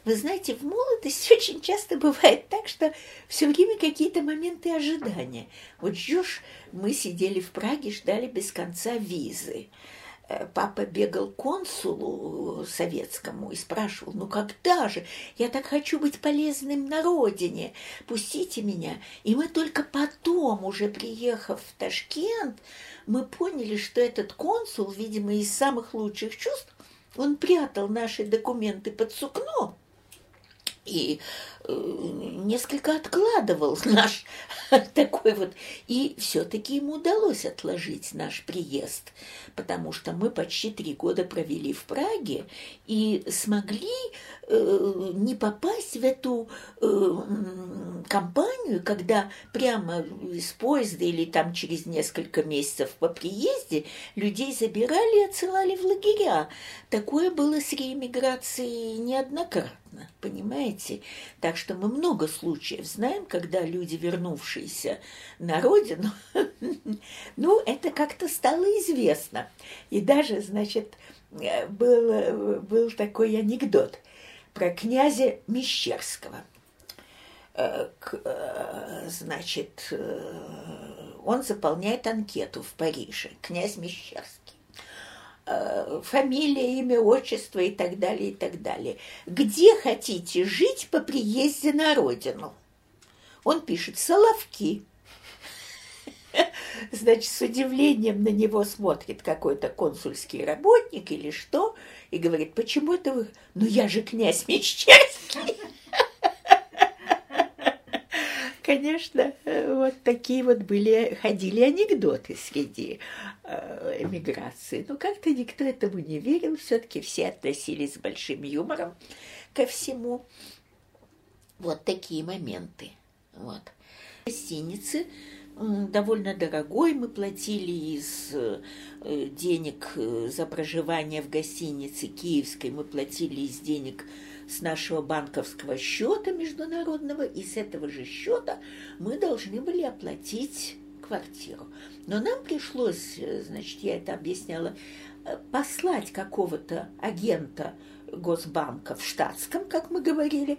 Вы знаете, в молодости очень часто бывает так, что все время какие-то моменты ожидания. Вот ждешь, мы сидели в Праге, ждали без конца визы. Папа бегал к консулу советскому и спрашивал, ну когда же? Я так хочу быть полезным на родине, пустите меня. И мы только потом, уже приехав в Ташкент, мы поняли, что этот консул, видимо, из самых лучших чувств, он прятал наши документы под сукно и несколько откладывал наш такой вот. И все-таки ему удалось отложить наш приезд, потому что мы почти 3 года провели в Праге и смогли не попасть в эту компанию, когда прямо из поезда или там через несколько месяцев по приезде людей забирали и отсылали в лагеря. Такое было с реэмиграцией неоднократно, понимаете? Так что мы много случаев знаем, когда люди, вернувшиеся на родину, ну, это как-то стало известно. И даже, значит, был такой анекдот про князя Мещерского. Значит, он заполняет анкету в Париже, князь Мещерский. Фамилия, имя, отчество и так далее, и так далее. Где хотите жить по приезде на родину? Он пишет «Соловки». Значит, с удивлением на него смотрит какой-то консульский работник или что, и говорит, почему это вы? Ну, я же князь Мещерский. Конечно, вот такие вот ходили анекдоты среди эмиграции. Но как-то никто этому не верил, все-таки все относились с большим юмором ко всему. Вот такие моменты. Вот. Гостиницы довольно дорогой, мы платили из денег за проживание в гостинице киевской, мы платили из денег с нашего банковского счета международного, и с этого же счета мы должны были оплатить квартиру. Но нам пришлось, значит, я это объясняла, послать какого-то агента Госбанка в штатском, как мы говорили,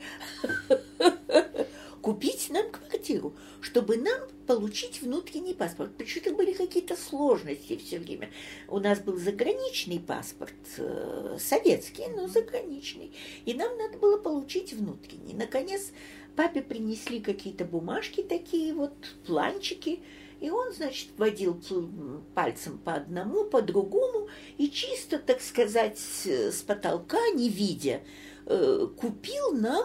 купить нам квартиру, чтобы нам получить внутренний паспорт. Почему-то были какие-то сложности все время. У нас был заграничный паспорт, советский, но заграничный. И нам надо было получить внутренний. Наконец, папе принесли какие-то бумажки такие, вот планчики, и он, значит, водил пальцем по одному, по другому, и чисто, так сказать, с потолка, не видя, купил нам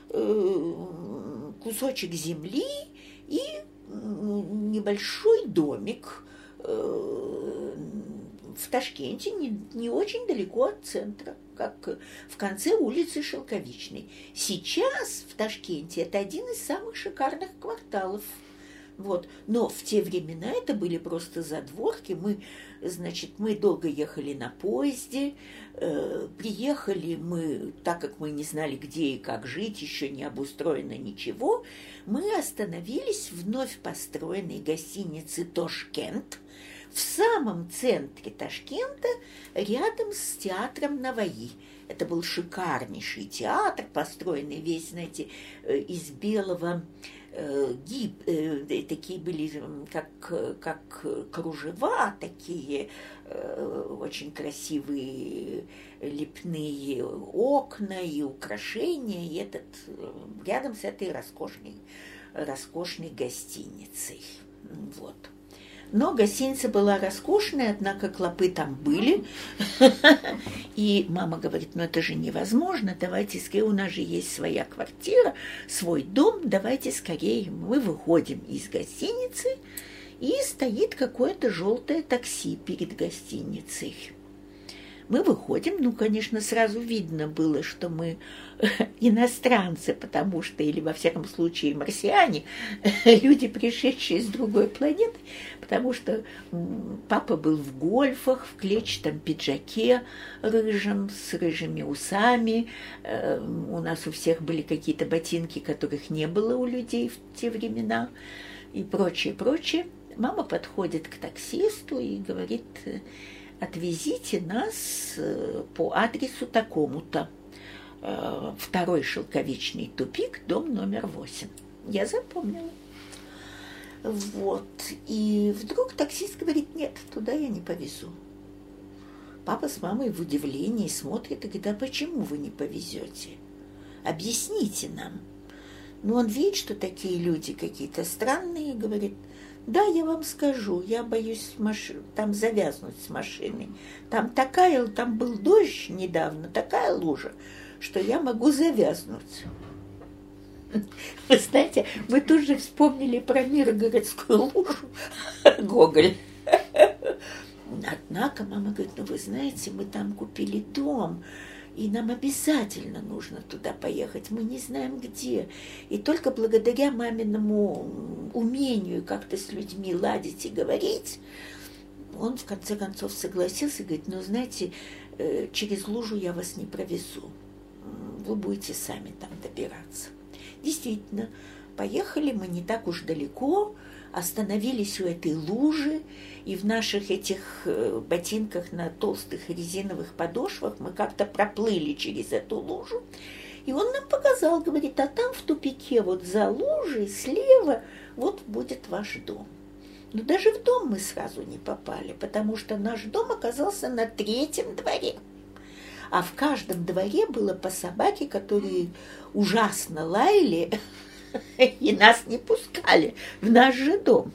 кусочек земли и небольшой домик в Ташкенте, не очень далеко от центра, как в конце улицы Шелковичной. Сейчас в Ташкенте это один из самых шикарных кварталов. Вот. Но в те времена это были просто задворки. Мы долго ехали на поезде, приехали мы, так как мы не знали, где и как жить, еще не обустроено ничего, мы остановились в вновь построенной гостинице «Тошкент» в самом центре Ташкента, рядом с театром «Наваи». Это был шикарнейший театр, построенный весь, знаете, из белого такие были как кружева, такие очень красивые лепные окна и украшения, и рядом с этой роскошной гостиницей. Вот. Но гостиница была роскошная, однако клопы там были. И мама говорит, ну это же невозможно, давайте скорее, у нас же есть своя квартира, свой дом, давайте скорее. Мы выходим из гостиницы, и стоит какое-то желтое такси перед гостиницей. Мы выходим, ну, конечно, сразу видно было, что мы иностранцы, потому что, или во всяком случае марсиане, люди, пришедшие с другой планеты, потому что папа был в гольфах, в клетчатом пиджаке рыжем, с рыжими усами. У нас у всех были какие-то ботинки, которых не было у людей в те времена, и прочее, прочее. Мама подходит к таксисту и говорит: отвезите нас по адресу такому-то. второй шелковичный тупик, дом номер 8. Я запомнила. Вот. И вдруг таксист говорит: нет, туда я не повезу. Папа с мамой в удивлении смотрят и говорит: а почему вы не повезете? Объясните нам. Ну, он видит, что такие люди какие-то странные, и говорит: да, я вам скажу, я боюсь там завязнуть с машиной. Там был дождь недавно, такая лужа, что я могу завязнуть. Вы знаете, мы тут же вспомнили про Миргородскую лужу, Гоголь. Однако мама говорит: ну вы знаете, мы там купили дом, и нам обязательно нужно туда поехать, мы не знаем где. И только благодаря маминому умению как-то с людьми ладить и говорить, он в конце концов согласился и говорит: ну знаете, через лужу я вас не провезу, вы будете сами там добираться. Действительно, поехали мы не так уж далеко, остановились у этой лужи, и в наших этих ботинках на толстых резиновых подошвах мы как-то проплыли через эту лужу. И он нам показал, говорит: а там в тупике вот за лужей слева вот будет ваш дом. Но даже в дом мы сразу не попали, потому что наш дом оказался на 3-м дворе. А в каждом дворе было по собаке, которые ужасно лаяли и нас не пускали в наш же дом.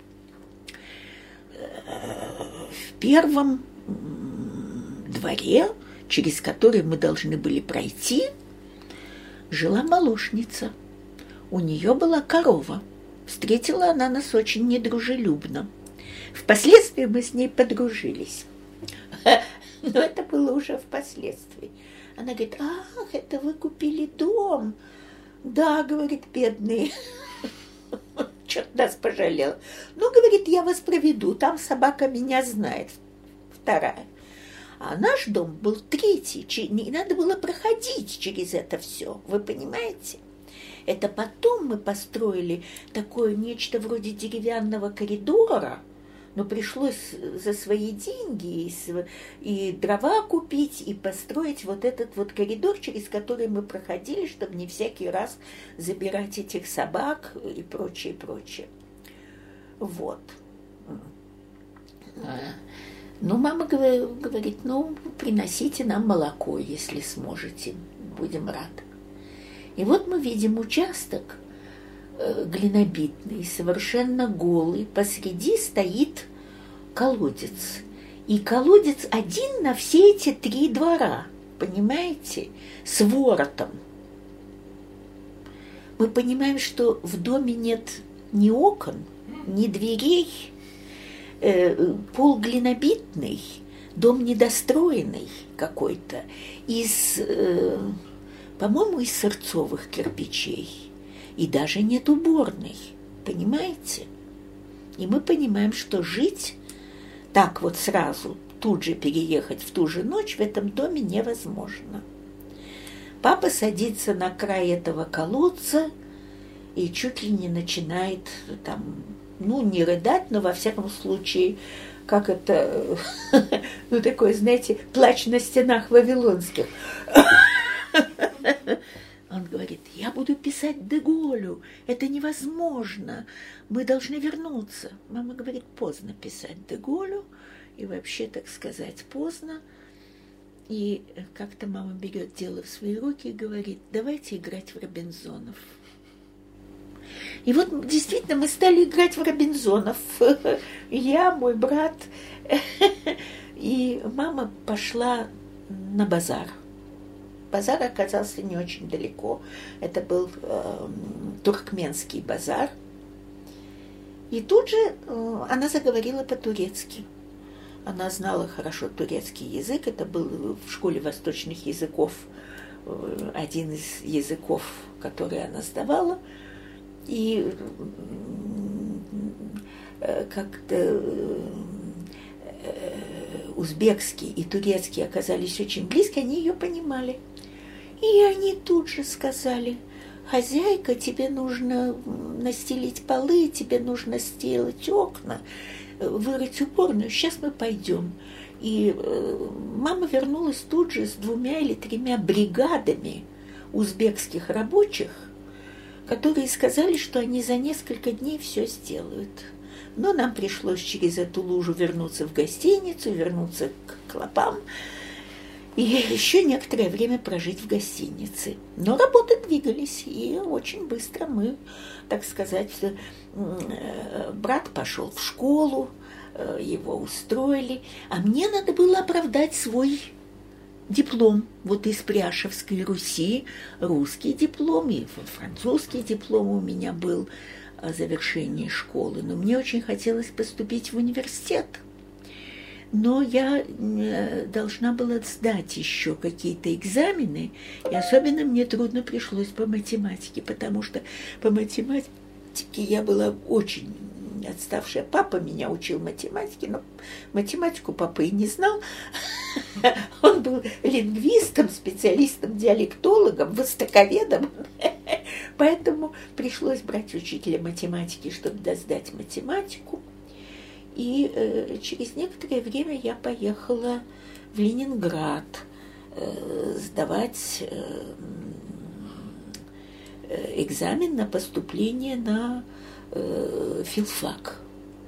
В первом дворе, через который мы должны были пройти, жила молочница. У нее была корова. Встретила она нас очень недружелюбно. Впоследствии мы с ней подружились. Но это было уже впоследствии. Она говорит: ах, это вы купили дом. Да, говорит, бедные. Чё-то нас пожалела. Ну, говорит, я вас проведу, там собака меня знает. Вторая. А наш дом был 3-й, не надо было проходить через это все, вы понимаете? Это потом мы построили такое нечто вроде деревянного коридора, но пришлось за свои деньги и дрова купить, и построить вот этот вот коридор, через который мы проходили, чтобы не всякий раз забирать этих собак и прочее, прочее. Вот. Ну, мама говорит: ну, приносите нам молоко, если сможете, будем рады. И вот мы видим участок глинобитный, совершенно голый, посреди стоит колодец. И колодец один на все эти 3 двора, понимаете, с воротом. Мы понимаем, что в доме нет ни окон, ни дверей, пол глинобитный, дом недостроенный какой-то, по-моему, из сырцовых кирпичей. И даже нет уборной, понимаете? И мы понимаем, что жить так вот сразу, тут же переехать в ту же ночь в этом доме невозможно. Папа садится на край этого колодца и чуть ли не начинает там, ну, не рыдать, но во всяком случае, как это, ну, такой, знаете, плач на стенах вавилонских. Он говорит: я буду писать Деголю, это невозможно, мы должны вернуться. Мама говорит: поздно писать Деголю, и вообще, так сказать, поздно. И как-то мама берет дело в свои руки и говорит: давайте играть в Робинзонов. И вот действительно мы стали играть в Робинзонов. Я, мой брат. И мама пошла на базар. Базар оказался не очень далеко. Это был туркменский базар. И тут же она заговорила по-турецки. Она знала хорошо турецкий язык. Это был в школе восточных языков один из языков, который она сдавала. И как-то узбекский и турецкий оказались очень близко, они ее понимали. И они тут же сказали: хозяйка, тебе нужно настелить полы, тебе нужно сделать окна, вырыть уборную, сейчас мы пойдем. И мама вернулась тут же с 2 или 3 бригадами узбекских рабочих, которые сказали, что они за несколько дней все сделают. Но нам пришлось через эту лужу вернуться в гостиницу, вернуться к клопам и еще некоторое время прожить в гостинице. Но работы двигались, и очень быстро мы, так сказать, брат пошел в школу, его устроили, а мне надо было оправдать свой диплом вот из Пряшевской Руси, русский диплом и французский диплом у меня был о завершении школы. Но мне очень хотелось поступить в университет. Но я должна была сдать еще какие-то экзамены, и особенно мне трудно пришлось по математике, потому что по математике я была очень отставшая. Папа меня учил математике, но математику папа и не знал. Он был лингвистом, специалистом, диалектологом, востоковедом. Поэтому пришлось брать учителя математики, чтобы сдать математику. И через некоторое время я поехала в Ленинград сдавать экзамен на поступление на филфак.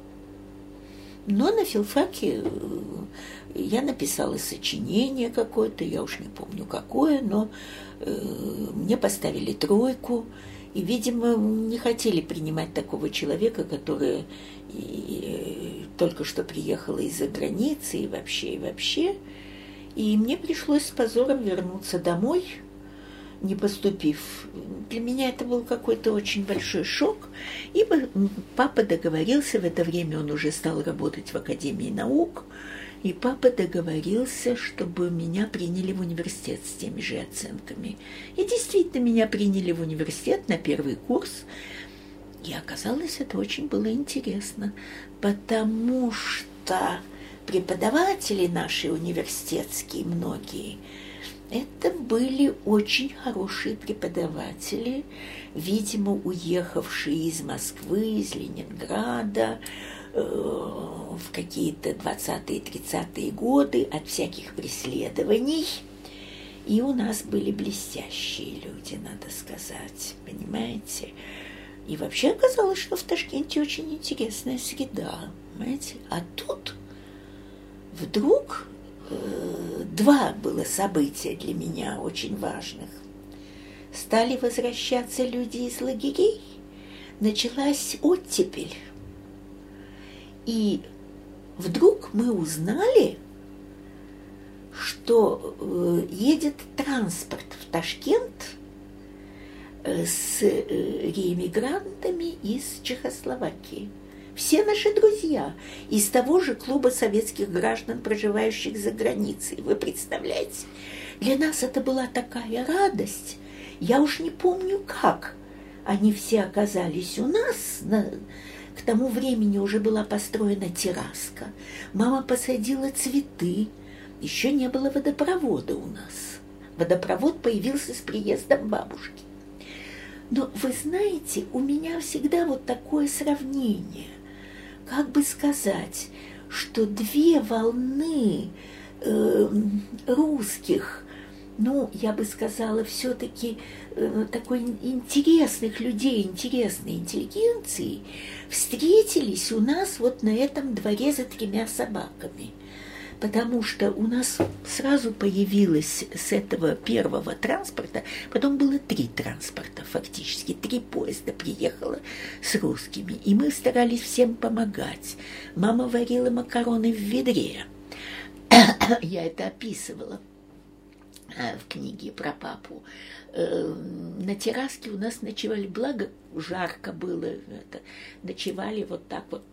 Но на филфаке я написала сочинение какое-то, я уж не помню какое, но мне поставили 3, и, видимо, не хотели принимать такого человека, который только что приехала из-за границы и вообще. И мне пришлось с позором вернуться домой, не поступив. Для меня это был какой-то очень большой шок. И папа договорился, в это время он уже стал работать в Академии наук, и папа договорился, чтобы меня приняли в университет с теми же оценками. И действительно, меня приняли в университет на 1 курс. И оказалось, это очень было интересно, потому что преподаватели наши университетские, многие, это были очень хорошие преподаватели, видимо, уехавшие из Москвы, из Ленинграда в какие-то 20-е, 30-е годы от всяких преследований. И у нас были блестящие люди, надо сказать, понимаете? И вообще оказалось, что в Ташкенте очень интересная среда, понимаете? А тут вдруг 2 было события для меня очень важных. Стали возвращаться люди из лагерей, началась оттепель. И вдруг мы узнали, что едет транспорт в Ташкент с реэмигрантами из Чехословакии. Все наши друзья из того же клуба советских граждан, проживающих за границей. Вы представляете? Для нас это была такая радость. Я уж не помню, как они все оказались у нас. К тому времени уже была построена терраска. Мама посадила цветы. Еще не было водопровода у нас. Водопровод появился с приездом бабушки. Но вы знаете, у меня всегда вот такое сравнение. Как бы сказать, что 2 волны русских, ну, я бы сказала, все-таки такой интересных людей, интересной интеллигенции встретились у нас вот на этом дворе за 3 собаками. Потому что у нас сразу появилось с этого 1 транспорта, потом было 3 транспорта фактически, 3 поезда приехало с русскими, и мы старались всем помогать. Мама варила макароны в ведре, я это описывала в книге про папу. На терраске у нас ночевали, благо жарко было, ночевали вот так вот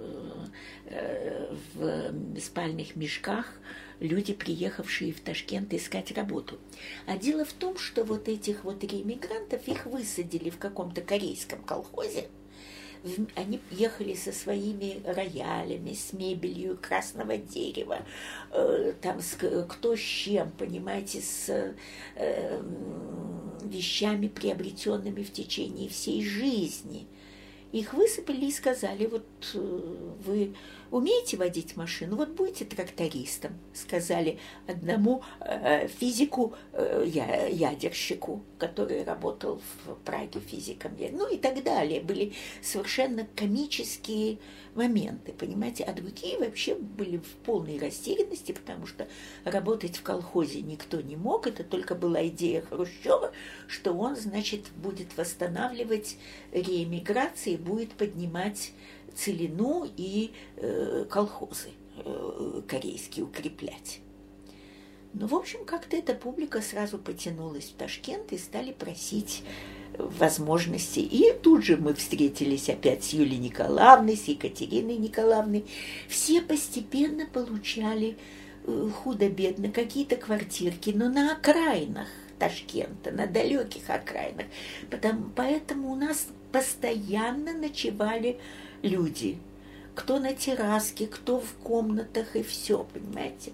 в спальных мешках люди, приехавшие в Ташкент искать работу. А дело в том, что вот этих вот реэмигрантов, их высадили в каком-то корейском колхозе. Они ехали со своими роялями, с мебелью красного дерева, там кто с чем, понимаете, с вещами, приобретенными в течение всей жизни. Их высыпали и сказали: вот вы умеете водить машину, вот будете трактористом, сказали одному физику, ядерщику, который работал в Праге физиком, ну и так далее. Были совершенно комические моменты, понимаете, а другие вообще были в полной растерянности, потому что работать в колхозе никто не мог, это только была идея Хрущева, что он, значит, будет восстанавливать реэмиграцию, будет поднимать целину и колхозы корейские укреплять. Ну, в общем, как-то эта публика сразу потянулась в Ташкент и стали просить возможности. И тут же мы встретились опять с Юлией Николаевной, с Екатериной Николаевной. Все постепенно получали худо-бедно какие-то квартирки, но на окраинах Ташкента, на далеких окраинах. Поэтому у нас постоянно ночевали люди. Кто на терраске, кто в комнатах, и все, понимаете.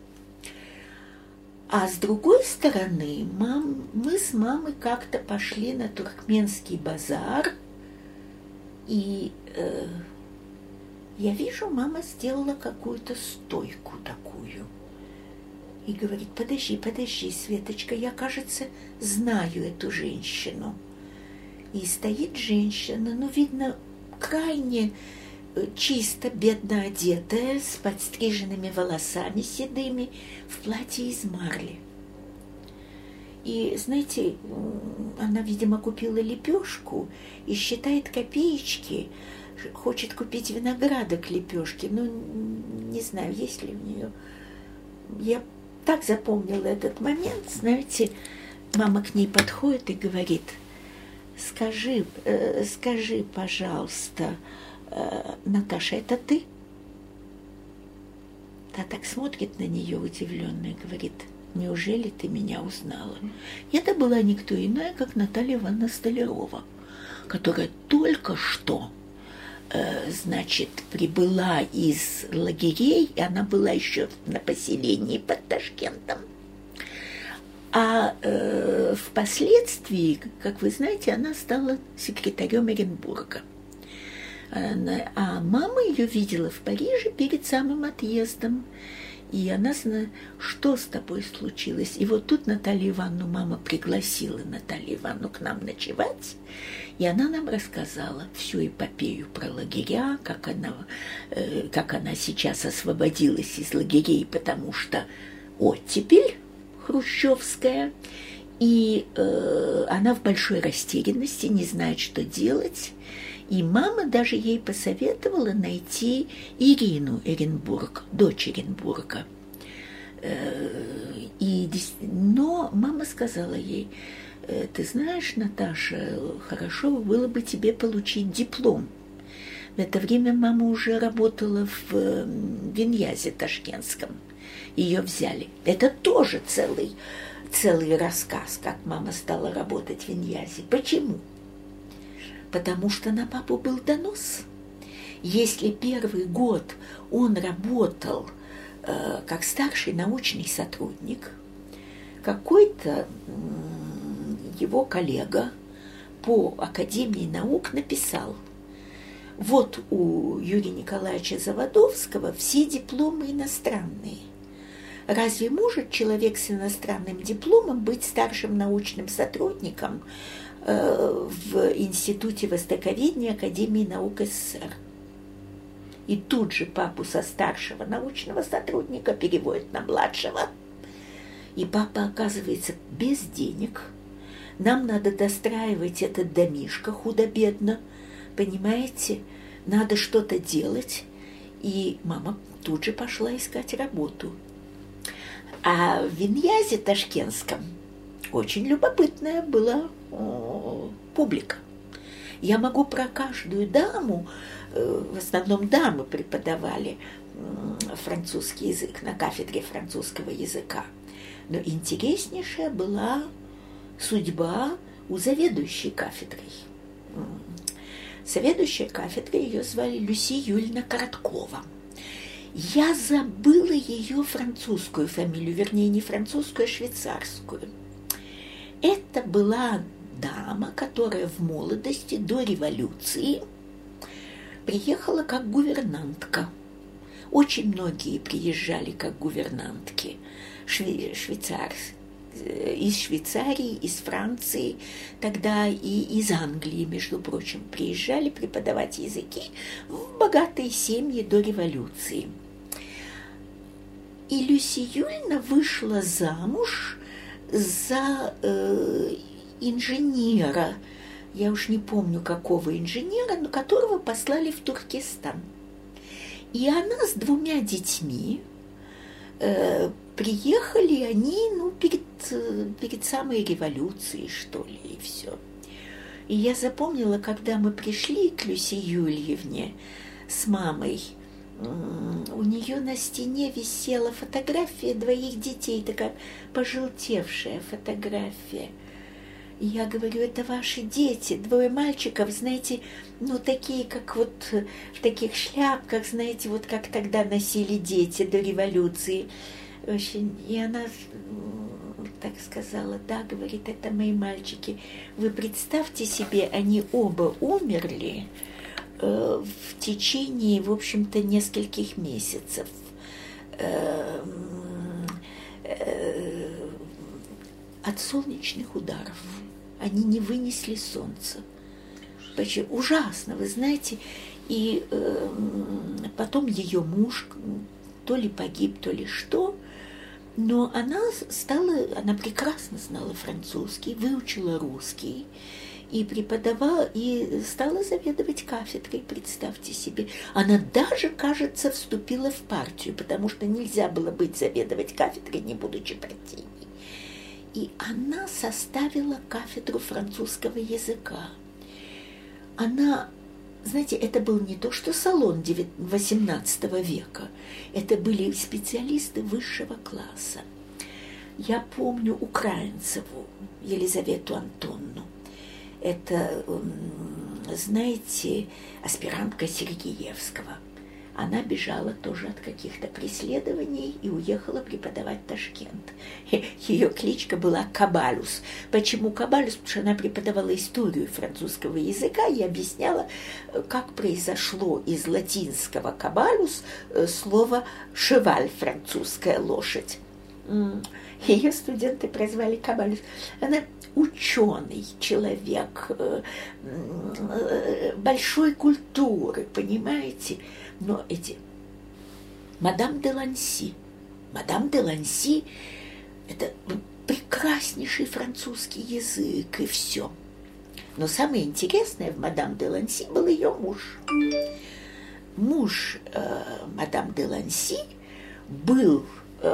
А с другой стороны, мы с мамой как-то пошли на туркменский базар, и я вижу, мама сделала какую-то стойку такую. И говорит: подожди, Светочка, я, кажется, знаю эту женщину. И стоит женщина, ну, видно, крайне чисто, бедно одетая, с подстриженными волосами седыми, в платье из марли. И, знаете, она, видимо, купила лепешку и считает копеечки, хочет купить винограда к лепешке. Ну, не знаю, есть ли у нее. Я так запомнила этот момент, знаете, мама к ней подходит и говорит: скажи, пожалуйста, Наташа, это ты? Та так смотрит на нее удивленно и говорит: неужели ты меня узнала? Это была никто иная, как Наталья Ивановна Столярова, которая только что, значит, прибыла из лагерей, и она была еще на поселении под Ташкентом. А впоследствии, как вы знаете, она стала секретарем Оренбурга. А мама ее видела в Париже перед самым отъездом. И она знает, что с тобой случилось. И вот тут Наталью Ивановну мама пригласила Наталью Ивановну к нам ночевать. И она нам рассказала всю эпопею про лагеря, как она сейчас освободилась из лагерей, потому что оттепель хрущевская. И она в большой растерянности, не знает, что делать. И мама даже ей посоветовала найти Ирину Оренбург, дочь Оренбурга. Но мама сказала ей: ты знаешь, Наташа, хорошо было бы тебе получить диплом. В это время мама уже работала в Виньязе ташкентском. Ее взяли. Это тоже целый рассказ, как мама стала работать в Виньязе. Почему? Потому что на папу был донос. Если первый год он работал как старший научный сотрудник, какой-то его коллега по Академии наук написал: вот у Юрия Николаевича Заводовского все дипломы иностранные. Разве может человек с иностранным дипломом быть старшим научным сотрудником в Институте Востоковедения Академии наук СССР? И тут же папу со старшего научного сотрудника переводят на младшего. И папа оказывается без денег. Нам надо достраивать этот домишко худо-бедно, понимаете? Надо что-то делать. И мама тут же пошла искать работу. А в Виньязе ташкентском очень любопытная была публика. Я могу про каждую даму, в основном дамы преподавали французский язык на кафедре французского языка. Но интереснейшая была судьба у заведующей кафедрой. Заведующая кафедрой, ее звали Люси Юльевна Короткова. Я забыла ее французскую фамилию, вернее, не французскую, а швейцарскую. Это была дама, которая в молодости, до революции, приехала как гувернантка. Очень многие приезжали как гувернантки, из Швейцарии, из Франции, тогда и из Англии, между прочим, приезжали преподавать языки в богатые семьи до революции. И Люси Юльна вышла замуж за инженера, я уж не помню какого инженера, но которого послали в Туркестан. И она с 2 детьми приехали они, перед самой революцией, что ли, и все. И я запомнила, когда мы пришли к Люси Юльевне с мамой, у нее на стене висела фотография 2 детей, такая пожелтевшая фотография. И я говорю, это ваши дети, 2 мальчиков, знаете, такие, как вот в таких шляпках, знаете, вот как тогда носили дети до революции. Очень. И она так сказала, да, говорит, это мои мальчики. Вы представьте себе, они оба умерли в течение, в общем-то, нескольких месяцев. От солнечных ударов. Они не вынесли солнца. Почему? Ужасно, вы знаете. И потом ее муж то ли погиб, то ли что. Но она прекрасно знала французский, выучила русский и преподавала, и стала заведовать кафедрой, представьте себе. Она даже, кажется, вступила в партию, потому что нельзя было заведовать кафедрой, не будучи партийной. И она составила кафедру французского языка. Она, знаете, это был не то, что салон XVIII века, это были специалисты высшего класса. Я помню Украинцеву, Елизавету Антонну. Это, знаете, аспирантка Сергеевского. Она бежала тоже от каких-то преследований и уехала преподавать в Ташкент. Ее кличка была Кабалюс. Почему Кабалюс? Потому что она преподавала историю французского языка и объясняла, как произошло из латинского «кабалюс» слово «шеваль», французская лошадь. Ее студенты прозвали Кабалюс. Она ученый человек, большой культуры, понимаете? Но Мадам де Ланси – это прекраснейший французский язык и все. Но самое интересное в Мадам де Ланси был ее муж. Муж Мадам де Ланси был,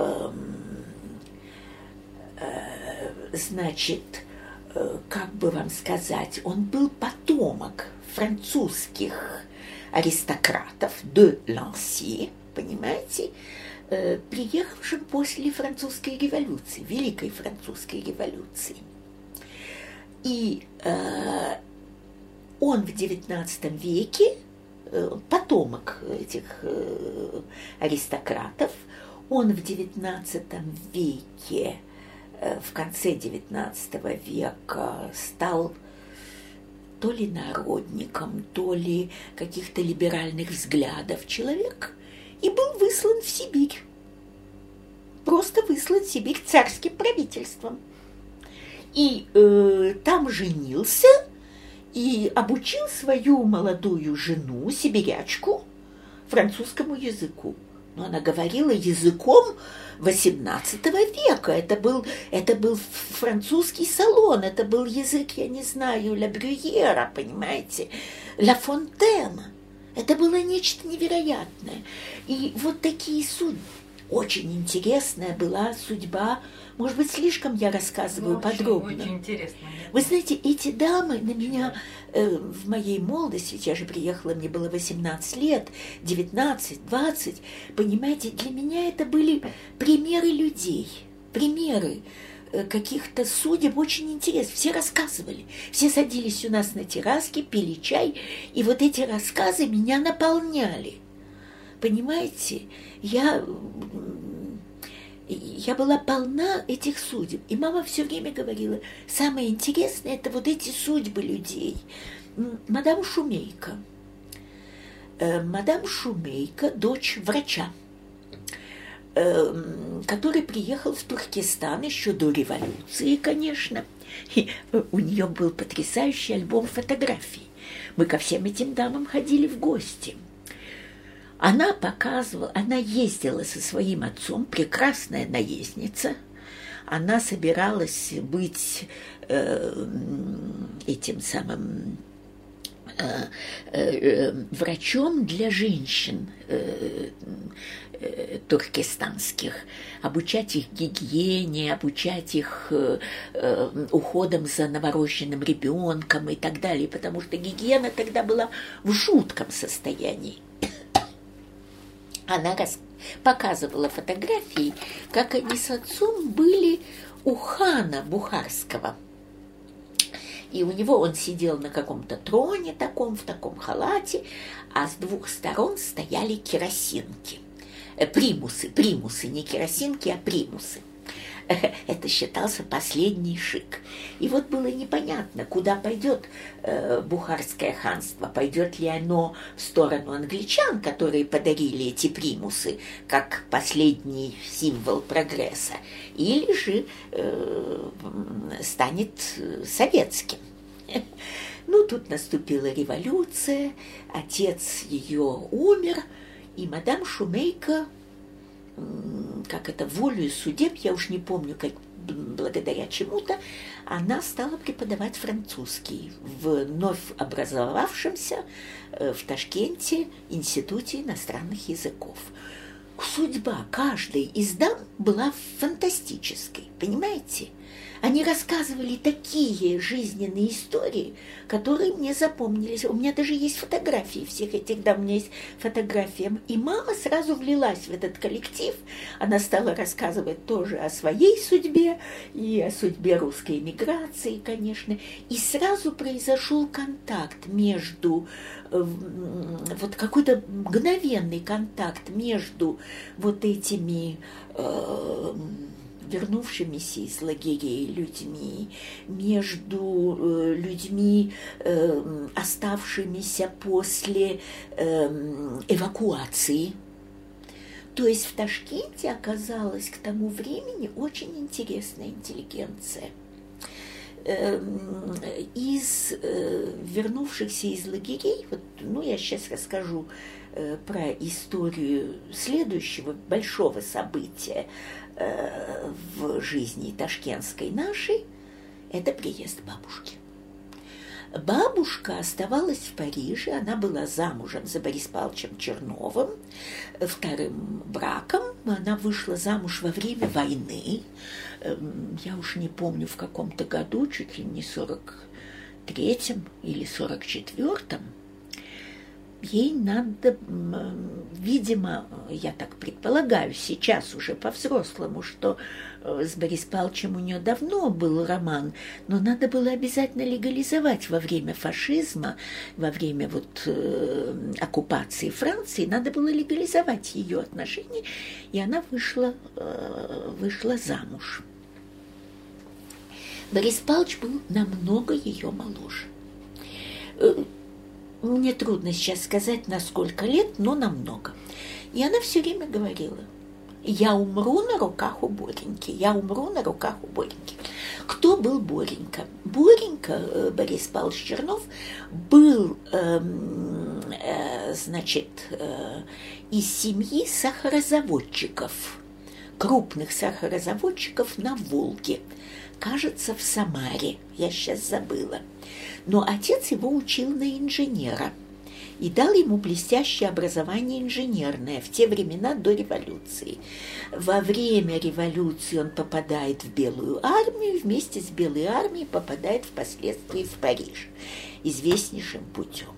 как бы вам сказать, он был потомок французских аристократов де Ланси, понимаете, приехавшим после французской революции, Великой французской революции. И он в XIX веке, потомок этих аристократов, он в XIX веке, в конце XIX века стал то ли народником, то ли каких-то либеральных взглядов человек, и был выслан в Сибирь. Просто выслан в Сибирь царским правительством. И там женился и обучил свою молодую жену, сибирячку, французскому языку. Но она говорила языком XVIII века. Это был французский салон, это был язык, я не знаю, Ля Брюера, понимаете, Ла Фонтена. Это было нечто невероятное. И вот такие судьбы. Очень интересная была судьба. Может быть, слишком я рассказываю подробно. Очень интересно. Вы знаете, эти дамы на меня в моей молодости, ведь я же приехала, мне было 18 лет, 19, 20, понимаете, для меня это были примеры людей, примеры каких-то судеб очень интересных. Все рассказывали, все садились у нас на терраске, пили чай, и вот эти рассказы меня наполняли. Понимаете, я была полна этих судеб. И мама все время говорила, самое интересное – это вот эти судьбы людей. Мадам Шумейко. мадам Шумейко, дочь врача, который приехал в Туркестан еще до революции, конечно. И у нее был потрясающий альбом фотографий. Мы ко всем этим дамам ходили в гости. Она показывала, она ездила со своим отцом, прекрасная наездница. Она собиралась быть этим самым врачом для женщин туркестанских, обучать их гигиене, обучать их уходом за новорожденным ребенком и так далее, потому что гигиена тогда была в жутком состоянии. Она показывала фотографии, как они с отцом были у хана Бухарского. И у него он сидел на каком-то троне таком, в таком халате, а с двух сторон стояли керосинки. Примусы, не керосинки, а примусы. Это считался последний шик. И вот было непонятно, куда пойдет Бухарское ханство. Пойдет ли оно в сторону англичан, которые подарили эти примусы, как последний символ прогресса, или же станет советским. Ну, тут наступила революция, отец ее умер, и мадам Шумейко, как это, волею судеб, я уж не помню, как, благодаря чему-то, она стала преподавать французский в вновь образовавшемся в Ташкенте Институте иностранных языков. Судьба каждой из дам была фантастической, понимаете? Они рассказывали такие жизненные истории, которые мне запомнились. У меня даже есть фотографии всех этих дам, у меня есть фотографии. И мама сразу влилась в этот коллектив. Она стала рассказывать тоже о своей судьбе и о судьбе русской эмиграции, конечно. И сразу произошел контакт между, вот какой-то мгновенный контакт между вот этими вернувшимися из лагерей людьми, между людьми, оставшимися после эвакуации. То есть в Ташкенте оказалась к тому времени очень интересная интеллигенция. Из вернувшихся из лагерей, вот, ну, я сейчас расскажу про историю следующего большого события в жизни ташкентской нашей, это приезд бабушки. Бабушка оставалась в Париже, она была замужем за Борисом Павловичем Черновым, вторым браком. Она вышла замуж во время войны, я уж не помню, в каком-то году, чуть ли не 43-м или 44-м. Ей надо, видимо, я так предполагаю, сейчас уже по-взрослому, что с Борисом Павловичем у нее давно был роман, но надо было обязательно легализовать во время фашизма, во время вот оккупации Франции, надо было легализовать ее отношения, и она вышла замуж. Борис Павлович был намного ее моложе. Мне трудно сейчас сказать, на сколько лет, но намного. И она все время говорила: я умру на руках у Бореньки, я умру на руках у Бореньки. Кто был Боренька? Боренька, Борис Павлович Чернов, был, из семьи сахарозаводчиков, крупных сахарозаводчиков на Волге. Кажется, в Самаре, я сейчас забыла. Но отец его учил на инженера и дал ему блестящее образование инженерное в те времена до революции. Во время революции он попадает в Белую армию, вместе с Белой армией попадает впоследствии в Париж известнейшим путем.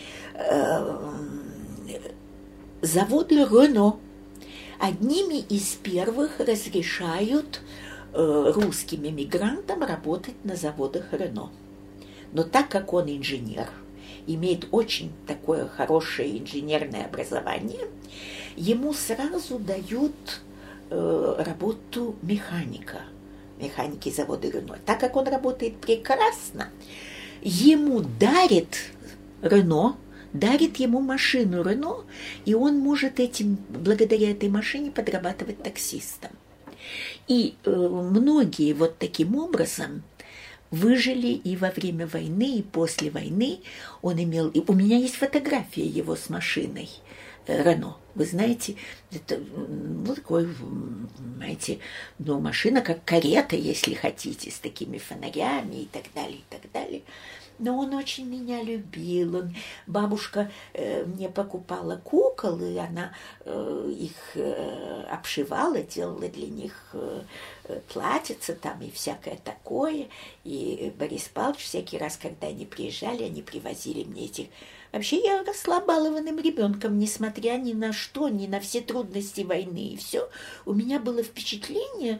Заводы Рено одними из первых разрешают русским эмигрантам работать на заводах Рено. Но так как он инженер, имеет очень такое хорошее инженерное образование, ему сразу дают работу механики завода Рено. Так как он работает прекрасно, ему дарит Рено, дарит ему машину Рено, и он может благодаря этой машине подрабатывать таксистом. И многие вот таким образом выжили и во время войны, и после войны. Он имел... И у меня есть фотография его с машиной Рено. Вы знаете, это такой, знаете, машина как карета, если хотите, с такими фонарями и так далее, и так далее. Но он очень меня любил. Бабушка мне покупала кукол, и она их обшивала, делала для них платьица там и всякое такое. И Борис Павлович всякий раз, когда они приезжали, они привозили мне этих. Вообще я росла балованным ребенком, несмотря ни на что, ни на все трудности войны и все. У меня было впечатление,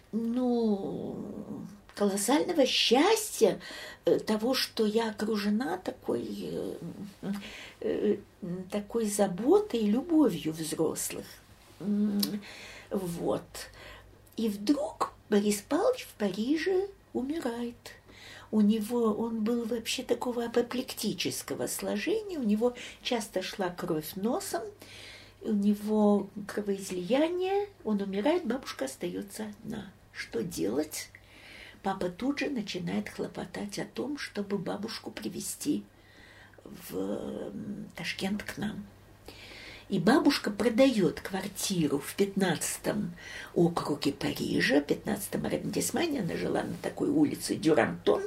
колоссального счастья того, что я окружена такой заботой и любовью взрослых. Вот. И вдруг Борис Павлович в Париже умирает. Он был вообще такого апоплектического сложения, у него часто шла кровь носом, у него кровоизлияние, он умирает, бабушка остается одна. Что делать? Папа тут же начинает хлопотать о том, чтобы бабушку привезти в Ташкент к нам. И бабушка продает квартиру в 15-м округе Парижа, в 15-м аррondissement, она жила на такой улице Дюрантон.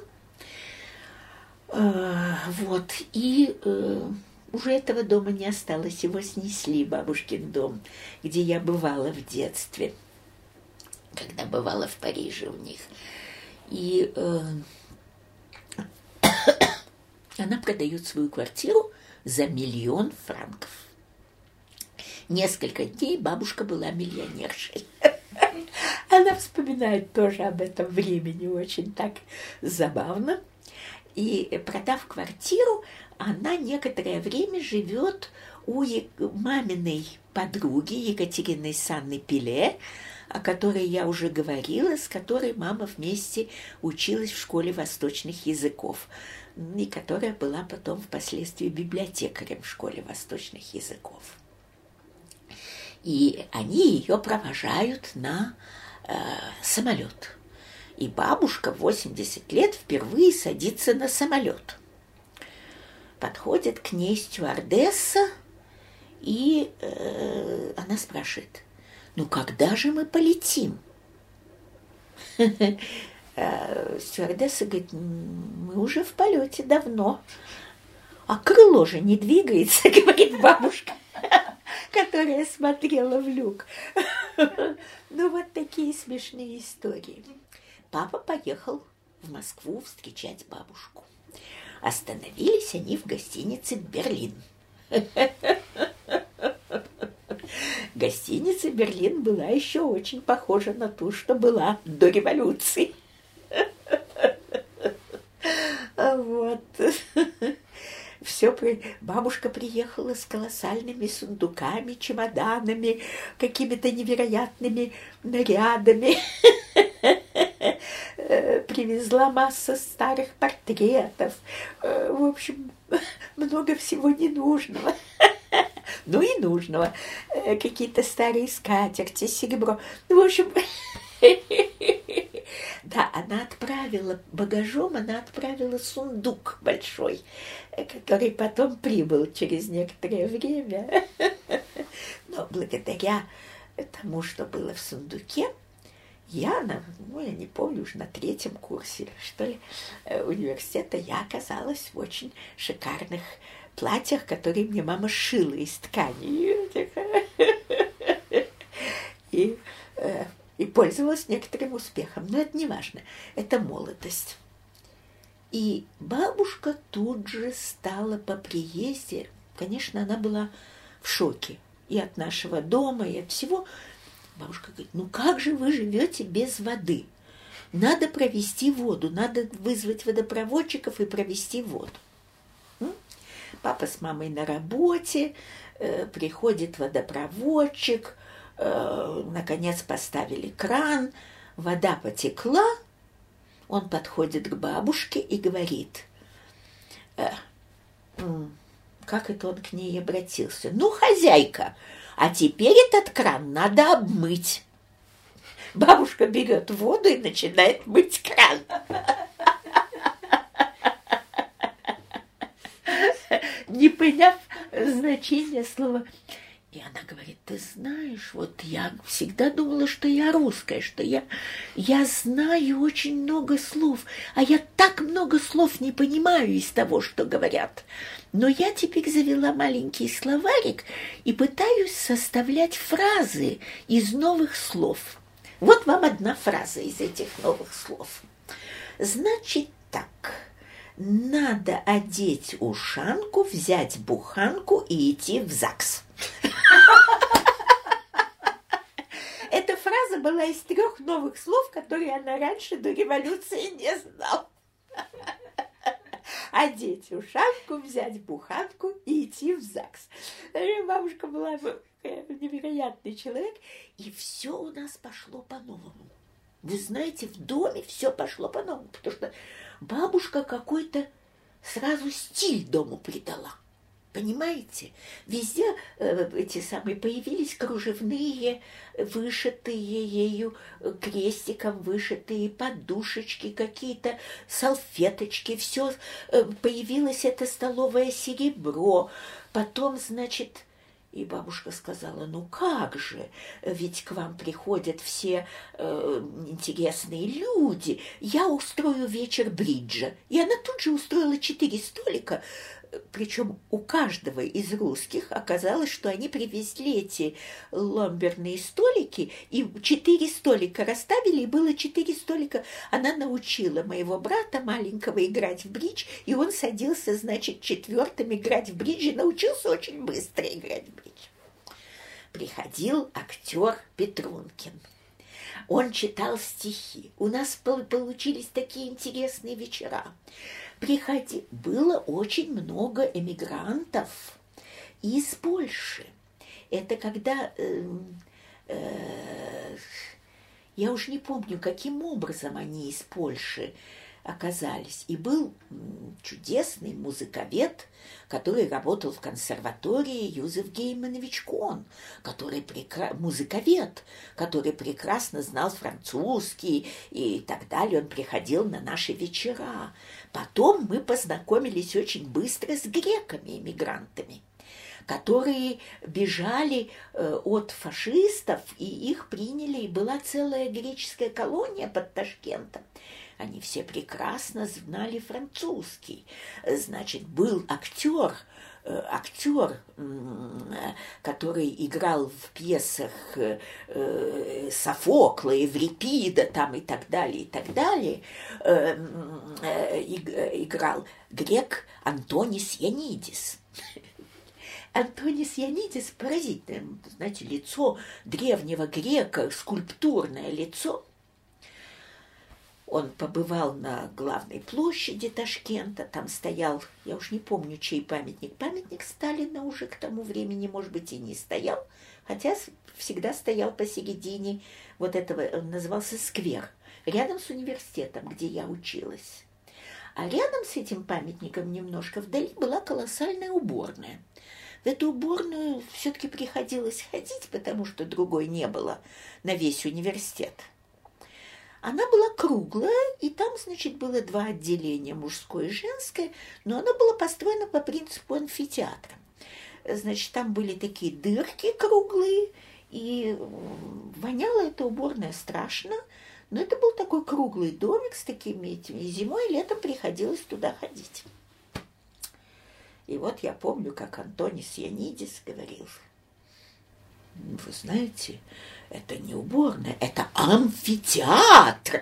Вот, и уже этого дома не осталось, его снесли, бабушкин дом, где я бывала в детстве, когда бывала в Париже у них. И она продает свою квартиру за 1 000 000 франков. Несколько дней бабушка была миллионершей. Она вспоминает тоже об этом времени очень так забавно. И, продав квартиру, она некоторое время живет у маминой подруги Екатерины Санны Пиле, о которой я уже говорила, с которой мама вместе училась в школе восточных языков, и которая была потом впоследствии библиотекарем в школе восточных языков. И они ее провожают на самолет. И бабушка в 80 лет впервые садится на самолет. Подходит к ней стюардесса, и она спрашивает: ну когда же мы полетим? Стюардесса говорит: мы уже в полете давно. А крыло же не двигается, говорит бабушка, которая смотрела в люк. Ну вот такие смешные истории. Папа поехал в Москву встречать бабушку. Остановились они в гостинице «Берлин». Гостиница «Берлин» была еще очень похожа на ту, что была до революции. Вот. Бабушка приехала с колоссальными сундуками, чемоданами, какими-то невероятными нарядами. Привезла массу старых портретов. В общем, много всего ненужного. Ну и нужного. Какие-то старые скатерти, серебро. В общем, да, багажом она отправила сундук большой, который потом прибыл через некоторое время. Но благодаря тому, что было в сундуке, я не помню, уже на 3-м курсе, что ли, университета, я оказалась в очень шикарных платьях, которые мне мама шила из ткани. И пользовалась некоторым успехом. Но это не важно, это молодость. И бабушка тут же стала по приезде, конечно, она была в шоке и от нашего дома, и от всего. Бабушка говорит: ну как же вы живете без воды? Надо провести воду, надо вызвать водопроводчиков и провести воду. Папа с мамой на работе, приходит водопроводчик, наконец поставили кран, вода потекла, он подходит к бабушке и говорит: как это он к ней обратился. Ну, хозяйка, а теперь этот кран надо обмыть. Бабушка берет воду и начинает мыть кран. Не поняв значения слова. И она говорит, ты знаешь, вот я всегда думала, что я русская, что я знаю очень много слов, а я так много слов не понимаю из того, что говорят. Но я теперь завела маленький словарик и пытаюсь составлять фразы из новых слов. Вот вам одна фраза из этих новых слов. Значит так, надо одеть ушанку, взять буханку и идти в ЗАГС. Эта фраза была из 3 новых слов, которые она раньше до революции не знала. Одеть ушанку, взять буханку и идти в ЗАГС. Бабушка была невероятный человек, и все у нас пошло по-новому. Вы знаете, в доме все пошло по-новому, потому что бабушка какой-то сразу стиль дому придала. Понимаете? Везде эти самые появились кружевные, вышитые ею крестиком, вышитые подушечки, какие-то салфеточки, все появилось это столовое серебро. Потом, значит, и бабушка сказала, ну как же, ведь к вам приходят все интересные люди, я устрою вечер бриджа. И она тут же устроила 4 столика, причем у каждого из русских оказалось, что они привезли эти ломберные столики, и 4 столика расставили, и было 4 столика. Она научила моего брата маленького играть в бридж, и он садился, значит, 4-м играть в бридж, и научился очень быстро играть в бридж. Приходил актер Петрункин. Он читал стихи. У нас получились такие интересные вечера. Было очень много эмигрантов из Польши. Это когда, я уж не помню, каким образом они из Польши оказались. И был чудесный музыковед, который работал в консерватории, Юзеф Гейманович Кон, музыковед, который прекрасно знал французский и так далее. Он приходил на наши вечера. Потом мы познакомились очень быстро с греками-эмигрантами, которые бежали от фашистов, и их приняли, и была целая греческая колония под Ташкентом. Они все прекрасно знали французский. Значит, был актер, который играл в пьесах Софокла, Еврипида там и так далее, играл грек Антонис Янидис. Антонис Янидис поразительное, знаете, лицо древнего грека, скульптурное лицо. Он побывал на главной площади Ташкента, там стоял, я уж не помню, чей памятник. Памятник Сталина уже к тому времени, может быть, и не стоял, хотя всегда стоял посередине вот этого, он назывался сквер, рядом с университетом, где я училась. А рядом с этим памятником немножко вдали была колоссальная уборная. В эту уборную все-таки приходилось ходить, потому что другой не было на весь университет. Она была круглая, и там, значит, было 2 отделения, мужское и женское, но она была построена по принципу амфитеатра. Значит, там были такие дырки круглые, и воняла эта уборная страшно, но это был такой круглый домик с такими этими, и зимой и летом приходилось туда ходить. И вот я помню, как Антонис Янидис говорил, вы знаете, это не уборная, это амфитеатр.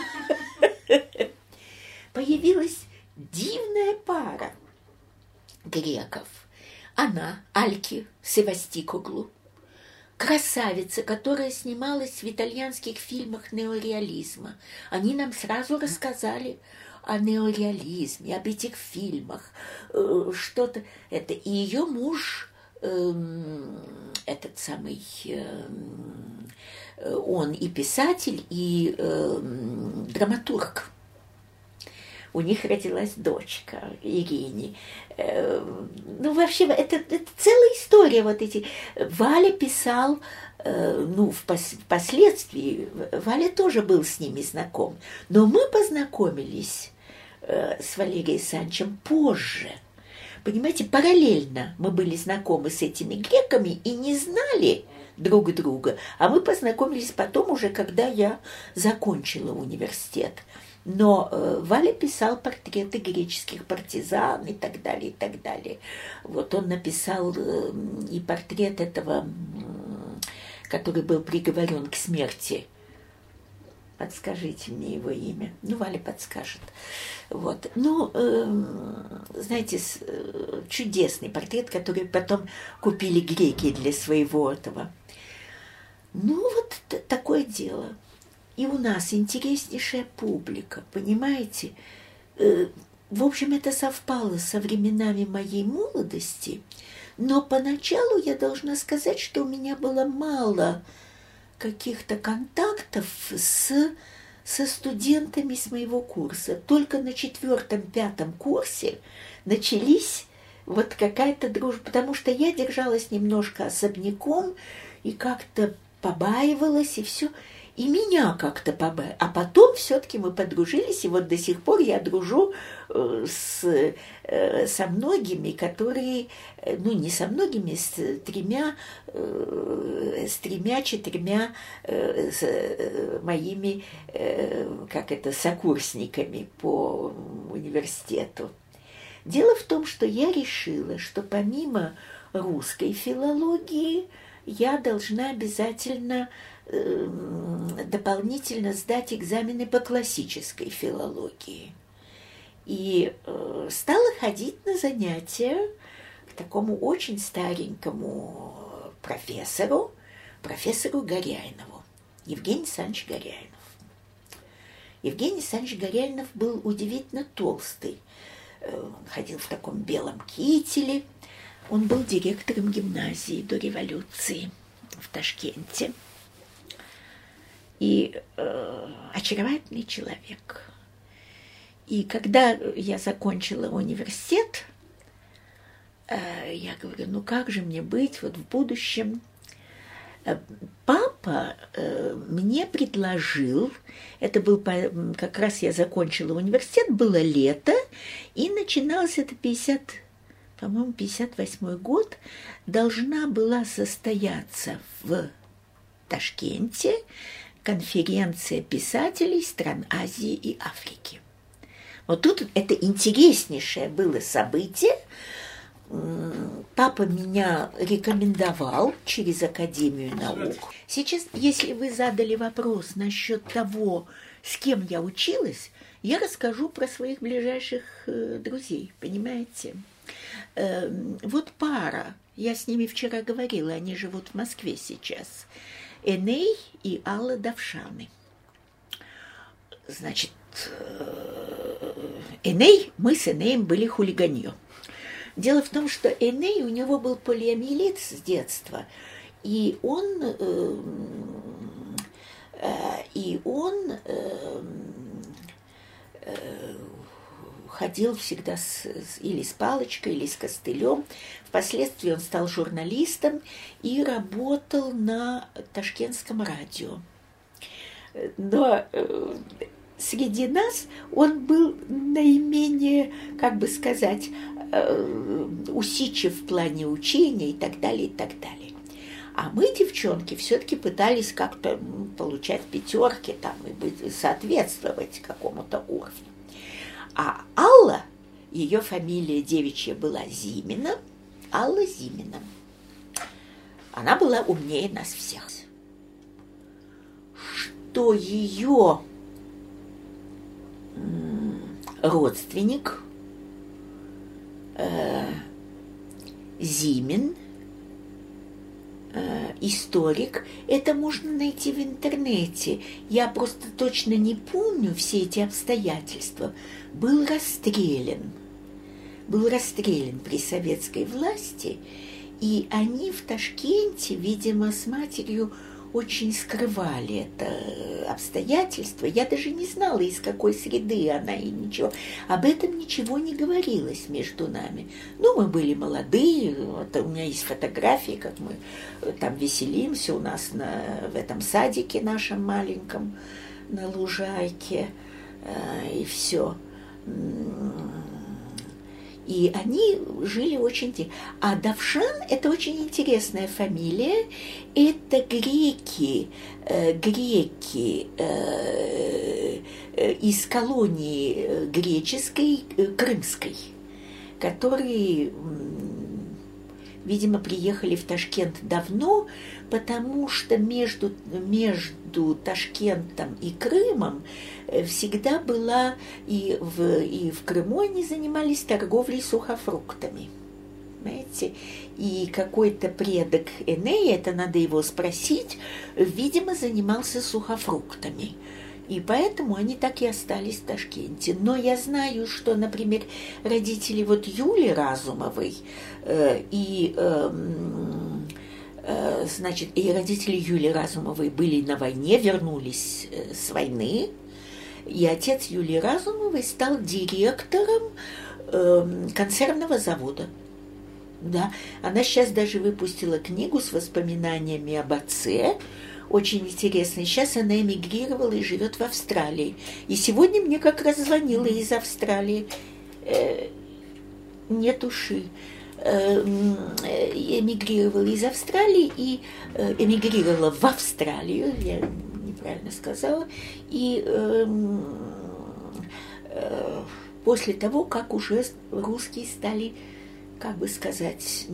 Появилась дивная пара греков. Она, Альки Севастикоглу, красавица, которая снималась в итальянских фильмах неореализма. Они нам сразу рассказали о неореализме, об этих фильмах, что-то это. И ее муж, этот самый, он и писатель, и драматург. у них родилась дочка Ирине. Ну, вообще, это целая история вот эти. Валя писал, ну, впоследствии, Валя тоже был с ними знаком, но мы познакомились с Валерием Санчем позже. Понимаете, параллельно мы были знакомы с этими греками и не знали друг друга, а мы познакомились потом уже, когда я закончила университет. Но Валя писал портреты греческих партизан и так далее, и так далее. Вот он написал и портрет этого, который был приговорен к смерти. Подскажите мне его имя. Ну, Валя подскажет. Вот. Ну, знаете, чудесный портрет, который потом купили греки для своего этого. Ну, вот такое дело. И у нас интереснейшая публика, понимаете? В общем, это совпало со временами моей молодости, но поначалу я должна сказать, что у меня было мало каких-то контактов со студентами с моего курса. Только на 4-5 курсе начались вот какая-то дружба, потому что я держалась немножко особняком и как-то побаивалась, и все. И меня как-то побаивалось. А потом все-таки мы подружились, и вот до сих пор я дружу со многими, которые, ну, не со многими, с 3-4 моими, сокурсниками по университету. Дело в том, что я решила, что помимо русской филологии я должна обязательно дополнительно сдать экзамены по классической филологии. И стала ходить на занятия к такому очень старенькому профессору Горяйнову, Евгений Александрович Горяйнов. Евгений Александрович Горяйнов был удивительно толстый. Он ходил в таком белом кителе. Он был директором гимназии до революции в Ташкенте. И очаровательный человек. И когда я закончила университет, я говорю, ну как же мне быть вот в будущем? Папа мне предложил, это был как раз я закончила университет, было лето, и начиналось это 58 год, должна была состояться в Ташкенте конференция писателей стран Азии и Африки. Вот тут это интереснейшее было событие. Папа меня рекомендовал через Академию наук. Сейчас, если вы задали вопрос насчет того, с кем я училась, я расскажу про своих ближайших друзей, понимаете? Вот пара, я с ними вчера говорила, они живут в Москве сейчас. Эней и Алла Давшаны. Значит, Эней, мы с Энеем были хулиганье. Дело в том, что Эней, у него был полиомиелит с детства, и он ходил всегда или с палочкой, или с костылем. Впоследствии он стал журналистом и работал на Ташкентском радио. Но среди нас он был наименее, как бы сказать, усидчив в плане учения и так далее, и так далее. А мы, девчонки, все-таки пытались как-то получать 5 там, и соответствовать какому-то уровню. А Алла, ее фамилия девичья была Зимина, Алла Зимина. Она была умнее нас всех. Что ее родственник Зимин, историк, это можно найти в интернете. Я просто точно не помню все эти обстоятельства. Был расстрелян при советской власти, и они в Ташкенте, видимо, с матерью очень скрывали это обстоятельство. Я даже не знала, из какой среды она, и ничего. Об этом ничего не говорилось между нами. Ну, мы были молодые, вот у меня есть фотографии, как мы там веселимся у нас в этом садике нашем маленьком, на лужайке, и все. И они жили очень тихо. А Давшан – это очень интересная фамилия. Это греки из колонии греческой, крымской, которые, видимо, приехали в Ташкент давно, потому что между Ташкентом и Крымом всегда была, и в Крыму они занимались торговлей сухофруктами. Знаете, и какой-то предок Энея, это надо его спросить, видимо, занимался сухофруктами. И поэтому они так и остались в Ташкенте. Но я знаю, что, например, родители вот Юли Разумовой и родители Юли Разумовой были на войне, вернулись с войны, и отец Юлии Разумовой стал директором консервного завода. Да, она сейчас даже выпустила книгу с воспоминаниями об отце, очень интересно. Сейчас она эмигрировала и живет в Австралии. И сегодня мне как раз звонила из Австралии. Нет уши. Эмигрировала из Австралии и эмигрировала в Австралию, я неправильно сказала, и после того, как уже русские стали, как бы сказать,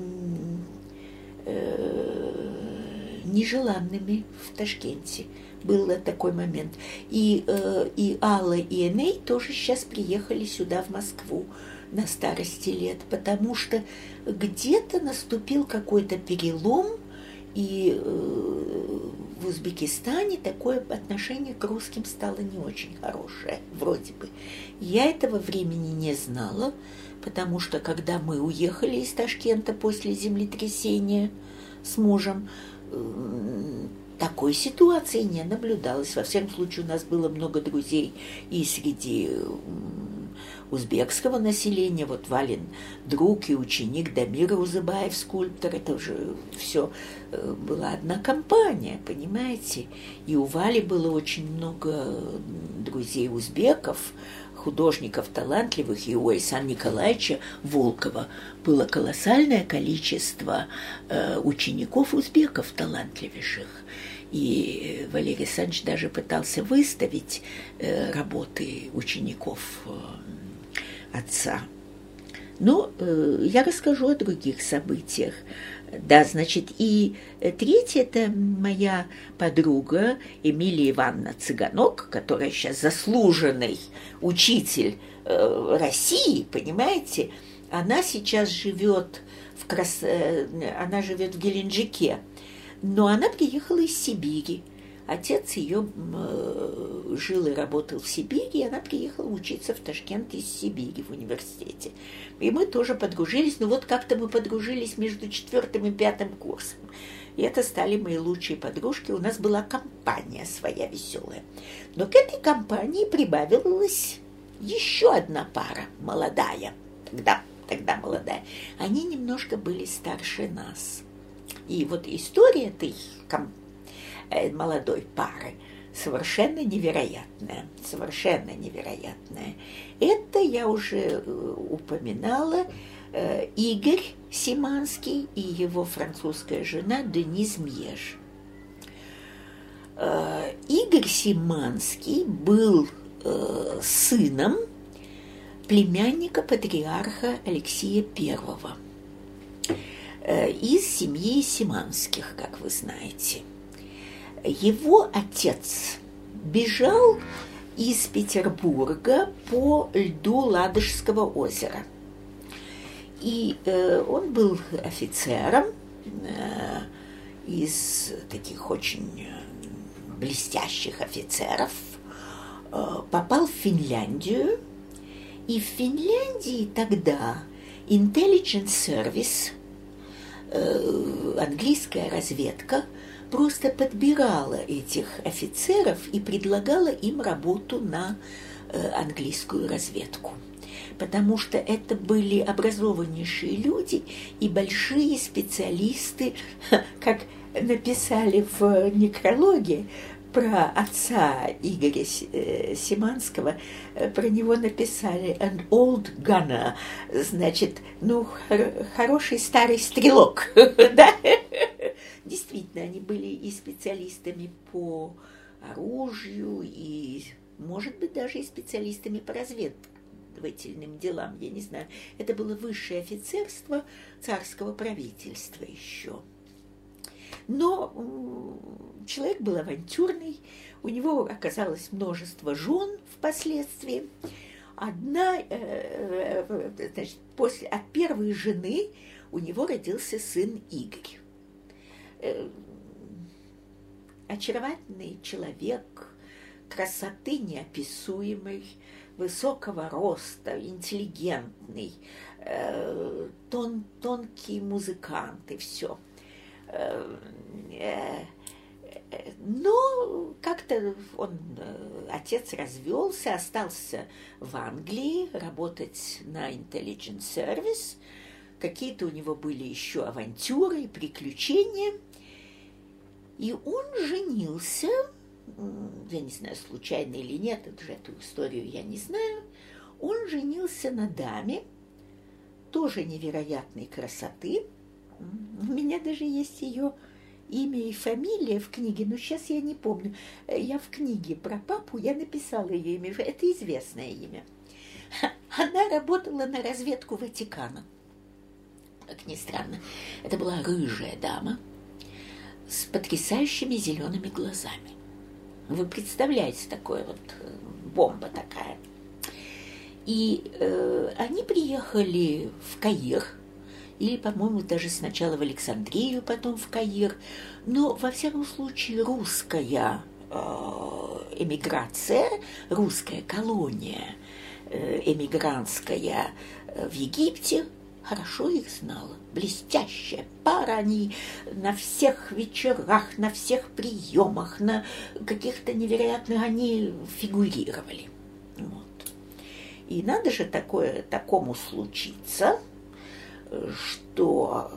нежеланными в Ташкенте. Был такой момент. И Алла, и Эней тоже сейчас приехали сюда, в Москву, на старости лет, потому что где-то наступил какой-то перелом, и в Узбекистане такое отношение к русским стало не очень хорошее, вроде бы. Я этого времени не знала, потому что когда мы уехали из Ташкента после землетрясения с мужем, такой ситуации не наблюдалось. Во всяком случае, у нас было много друзей и среди узбекского населения. Вот Валин друг и ученик Дамира Узыбаев, скульптор, это уже все была одна компания, понимаете? И у Вали было очень много друзей узбеков, художников талантливых, и у Александра Николаевича Волкова было колоссальное количество учеников узбеков талантливейших. И Валерий Александрович даже пытался выставить работы учеников отца. Но я расскажу о других событиях. Да, значит, и третья – это моя подруга Эмилия Ивановна Цыганок, которая сейчас заслуженный учитель России, понимаете? Она сейчас живет она живет в Геленджике, но она приехала из Сибири. Отец ее жил и работал в Сибири, и она приехала учиться в Ташкент из Сибири в университете. И мы тоже подружились, но вот как-то мы подружились между 4 и 5 курсом. И это стали мои лучшие подружки. У нас была компания своя веселая. Но к этой компании прибавилась еще одна пара, молодая, тогда молодая. Они немножко были старше нас. И вот история этой молодой пары совершенно невероятная. Это я уже упоминала, Игорь Симанский и его французская жена Дениз Мьеж. Игорь Симанский был сыном племянника патриарха Алексия I из семьи Симанских, как вы знаете. Его отец бежал из Петербурга по льду Ладожского озера. И он был офицером из таких очень блестящих офицеров, попал в Финляндию. И в Финляндии тогда Intelligence Service, английская разведка, просто подбирала этих офицеров и предлагала им работу на английскую разведку. Потому что это были образованнейшие люди и большие специалисты, как написали в некрологе про отца Игоря Симанского, про него написали «an old gunner», значит, хороший старый стрелок, да? Действительно, они были и специалистами по оружию, и, может быть, даже и специалистами по разведывательным делам, я не знаю. Это было высшее офицерство царского правительства еще. Но человек был авантюрный, у него оказалось множество жен впоследствии. Одна, значит, от первой жены у него родился сын Игорь. Очаровательный человек, красоты неописуемой, высокого роста, интеллигентный, тонкий музыкант и все. Но как-то отец развелся, остался в Англии работать на Intelligence Service. Какие-то у него были еще авантюры и приключения. И он женился, я не знаю, случайно или нет, эту историю я не знаю, он женился на даме, тоже невероятной красоты. У меня даже есть ее имя и фамилия в книге, но сейчас я не помню. Я в книге про папу, я написала ее имя, это известное имя. Она работала на разведку Ватикана. Как ни странно, это была рыжая дама с потрясающими зелеными глазами. Вы представляете, такое вот бомба такая. И они приехали в Каир, или, по-моему, даже сначала в Александрию, потом в Каир. Но, во всяком случае, русская эмиграция, русская колония эмигрантская в Египте хорошо их знала. Блестящая пара, они на всех вечерах, на всех приемах, на каких-то невероятных они фигурировали. Вот. И надо же такому случиться, что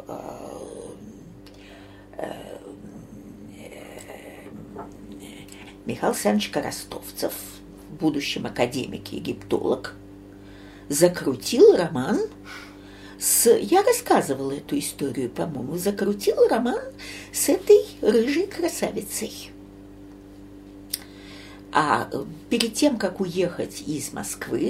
Михаил Александрович Коростовцев, в будущем академик и египтолог, закрутил роман я рассказывала эту историю, по-моему, закрутил роман с этой рыжей красавицей. А перед тем, как уехать из Москвы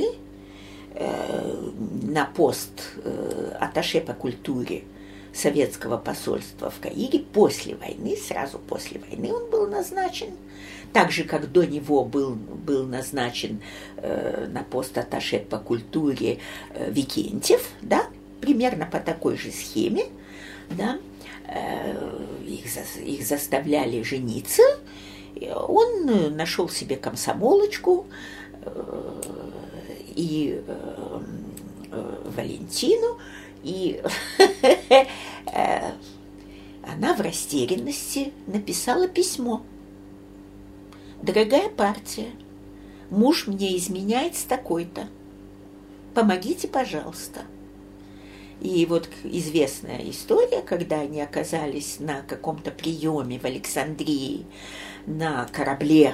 на пост атташе по культуре советского посольства в Каире, после войны, сразу после войны он был назначен, так же, как до него был назначен на пост атташе по культуре Викентьев, да, примерно по такой же схеме, да, их заставляли жениться, он нашел себе комсомолочку и Валентину, и она в растерянности написала письмо. «Дорогая партия, муж мне изменяет с такой-то. Помогите, пожалуйста». И вот известная история, когда они оказались на каком-то приеме в Александрии на корабле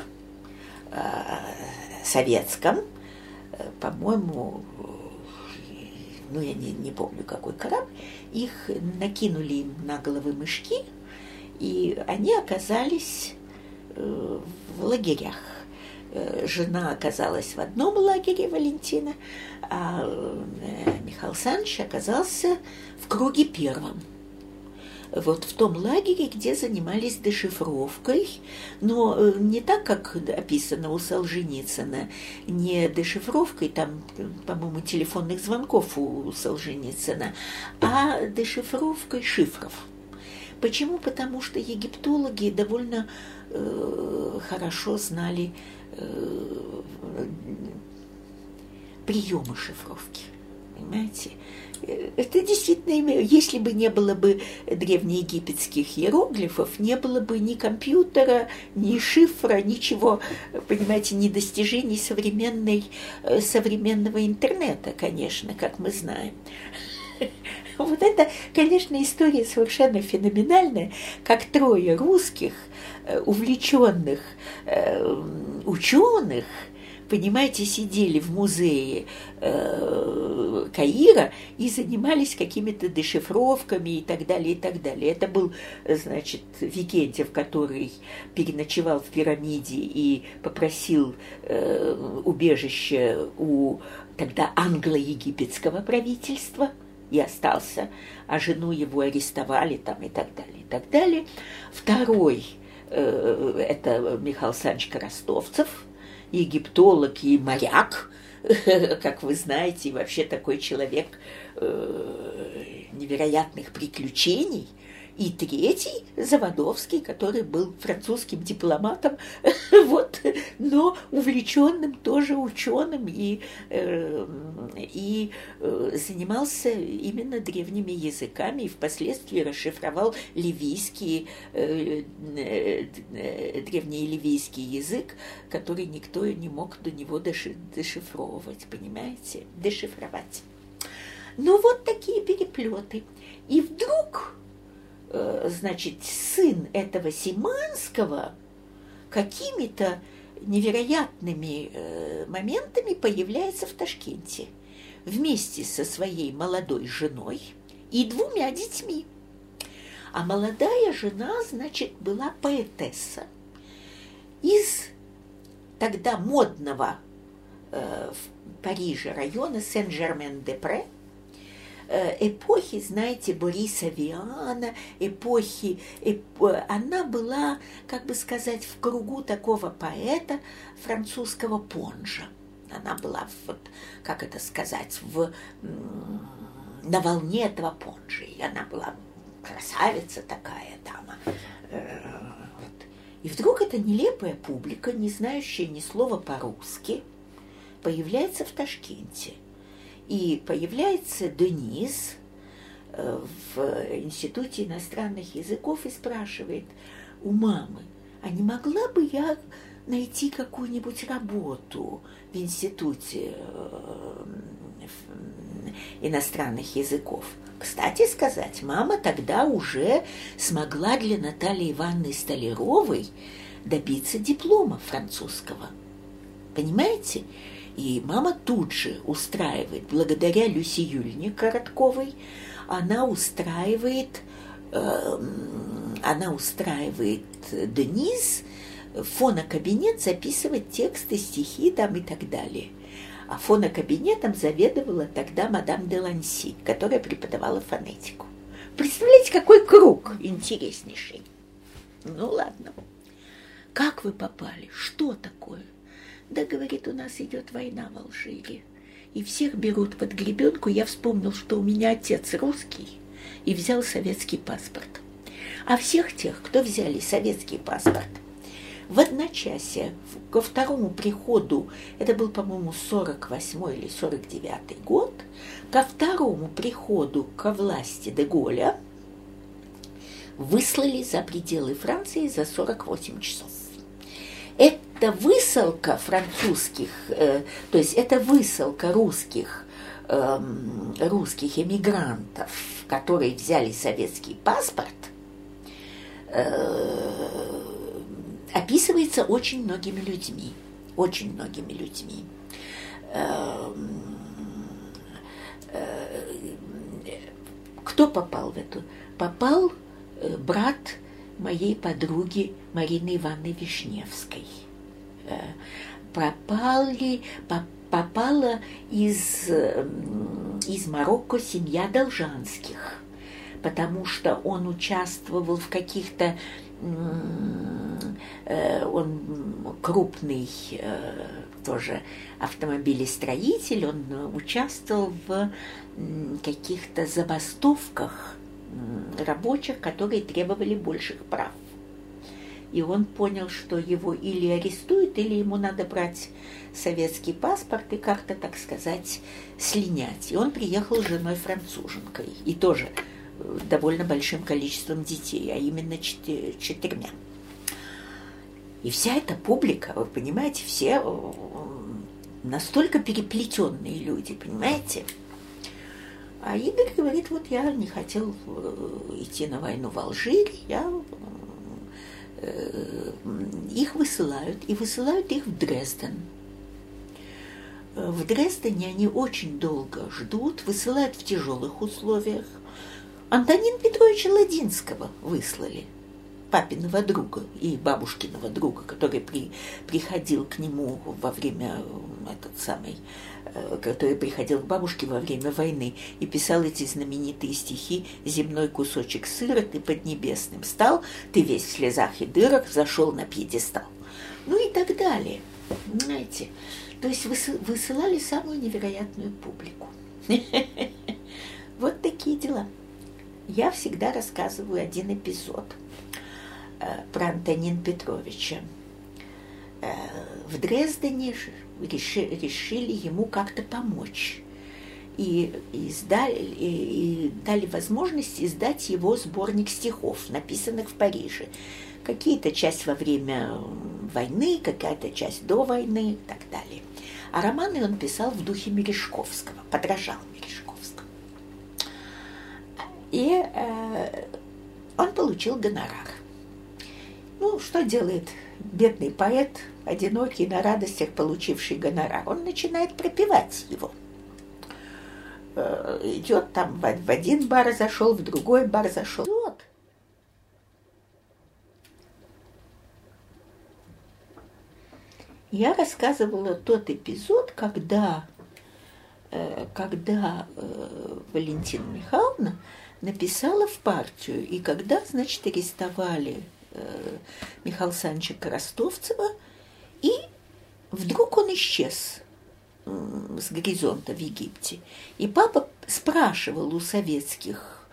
советском, по-моему, я не помню, какой корабль, их накинули им на головы мешки, и они оказались в лагерях. Жена оказалась в одном лагере, Валентина, а Михаил Александрович оказался в круге первом. Вот в том лагере, где занимались дешифровкой, но не так, как описано у Солженицына, не дешифровкой, там, по-моему, телефонных звонков у Солженицына, а дешифровкой шифров. Почему? Потому что египтологи довольно хорошо знали приемы шифровки. Понимаете? Это действительно, если бы не было бы древнеегипетских иероглифов, не было бы ни компьютера, ни шифра, ничего, понимаете, ни достижений современного интернета, конечно, как мы знаем. Вот это, конечно, история совершенно феноменальная, как трое русских увлеченных ученых, понимаете, сидели в музее Каира и занимались какими-то дешифровками и так далее, и так далее. Это был, значит, Викентьев, который переночевал в пирамиде и попросил убежище у тогда англо-египетского правительства и остался, а жену его арестовали там и так далее, и так далее. Второй это Михаил Александрович Коростовцев, египтолог и моряк, как вы знаете, и вообще такой человек невероятных приключений. И третий Заводовский, который был французским дипломатом, вот, но увлеченным тоже ученым и занимался именно древними языками и впоследствии расшифровал ливийский, древний ливийский язык, который никто не мог до него дешифровывать, понимаете, дешифровать. Ну вот такие переплеты. И вдруг, значит, сын этого Симанского какими-то невероятными моментами появляется в Ташкенте вместе со своей молодой женой и 2 детьми. А молодая жена, значит, была поэтесса из тогда модного в Париже района Сен-Жермен-де-Пре, эпохи, знаете, Бориса Виана, она была, как бы сказать, в кругу такого поэта французского Понжа. Она была, вот, как это сказать, на волне этого Понжа. И она была красавица такая дама. Вот. И вдруг эта нелепая публика, не знающая ни слова по-русски, появляется в Ташкенте. И появляется Денис в Институте иностранных языков и спрашивает у мамы, а не могла бы я найти какую-нибудь работу в Институте иностранных языков? Кстати сказать, мама тогда уже смогла для Натальи Ивановны Столяровой добиться диплома французского. Понимаете? И мама тут же устраивает, благодаря Люси Юльне Коротковой, она устраивает Денис в фонокабинет записывать тексты, стихи там и так далее. А фонокабинетом заведовала тогда мадам де Ланси, которая преподавала фонетику. Представляете, какой круг интереснейший. Ну ладно. Как вы попали? Что такое? Да, говорит, у нас идет война в Алжире, и всех берут под гребенку. Я вспомнил, что у меня отец русский, и взял советский паспорт. А всех тех, кто взяли советский паспорт, в одночасье ко второму приходу, это был, по-моему, 48-й или 49-й год, ко второму приходу ко власти де Голля выслали за пределы Франции за 48 часов. Это высылка французских, то есть это высылка русских эмигрантов, которые взяли советский паспорт, описывается очень многими людьми. Очень многими людьми. Кто попал в эту? Попал брат моей подруги Марины Ивановны Вишневской. Попала из Марокко семья Должанских, потому что он участвовал в каких-то, он крупный тоже автомобилестроитель, он участвовал в каких-то забастовках рабочих, которые требовали больших прав. и он понял, что его или арестуют, или ему надо брать советский паспорт и как-то, так сказать, слинять. И он приехал с женой-француженкой, и тоже довольно большим количеством детей, а именно 4. И вся эта публика, вы понимаете, все настолько переплетенные люди, понимаете? А Игорь говорит, вот я не хотел идти на войну в Алжир, их высылают, и высылают их в Дрезден. В Дрездене они очень долго ждут, высылают в тяжелых условиях. Антонина Петровича Ладинского выслали, папиного друга и бабушкиного друга, который приходил к нему во время который приходил к бабушке во время войны и писал эти знаменитые стихи «Земной кусочек сыра, ты поднебесным стал, ты весь в слезах и дырах зашел на пьедестал». Ну и так далее, понимаете. То есть высылали самую невероятную публику. Вот такие дела. Я всегда рассказываю один эпизод про Антонина Петровича. В Дрездене решили ему как-то помочь. И дали возможность издать его сборник стихов, написанных в Париже. Какие-то часть во время войны, какая-то часть до войны и так далее. А романы он писал в духе Мережковского, подражал Мережковскому. И он получил гонорар. Ну, что делает бедный поэт, одинокий, на радостях получивший гонорар? Он начинает пропевать его. Идет там в один бар зашел, в другой бар зашел. Вот. Я рассказывала тот эпизод, когда Валентина Михайловна написала в партию, и когда, значит, арестовали Михаила Александровича Коростовцева, и вдруг он исчез с горизонта в Египте. И папа спрашивал у советских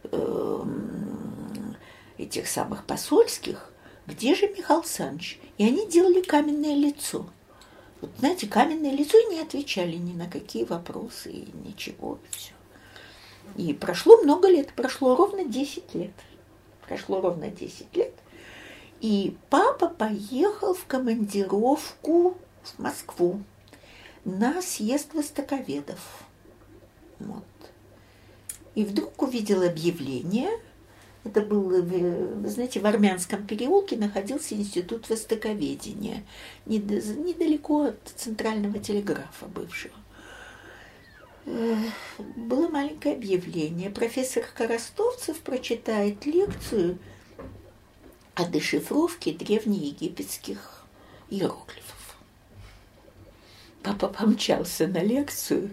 этих самых посольских, где же Михаил Александрович? И они делали каменное лицо. Вот, знаете, каменное лицо, и не отвечали ни на какие вопросы, и ничего, и все. И прошло много лет, прошло ровно 10 лет. Прошло ровно 10 лет. И папа поехал в командировку в Москву на съезд востоковедов. Вот. И вдруг увидел объявление. Это было, вы знаете, в Армянском переулке находился институт востоковедения, недалеко от центрального телеграфа бывшего. Было маленькое объявление. Профессор Коростовцев прочитает лекцию о дешифровке древнеегипетских иероглифов. Папа помчался на лекцию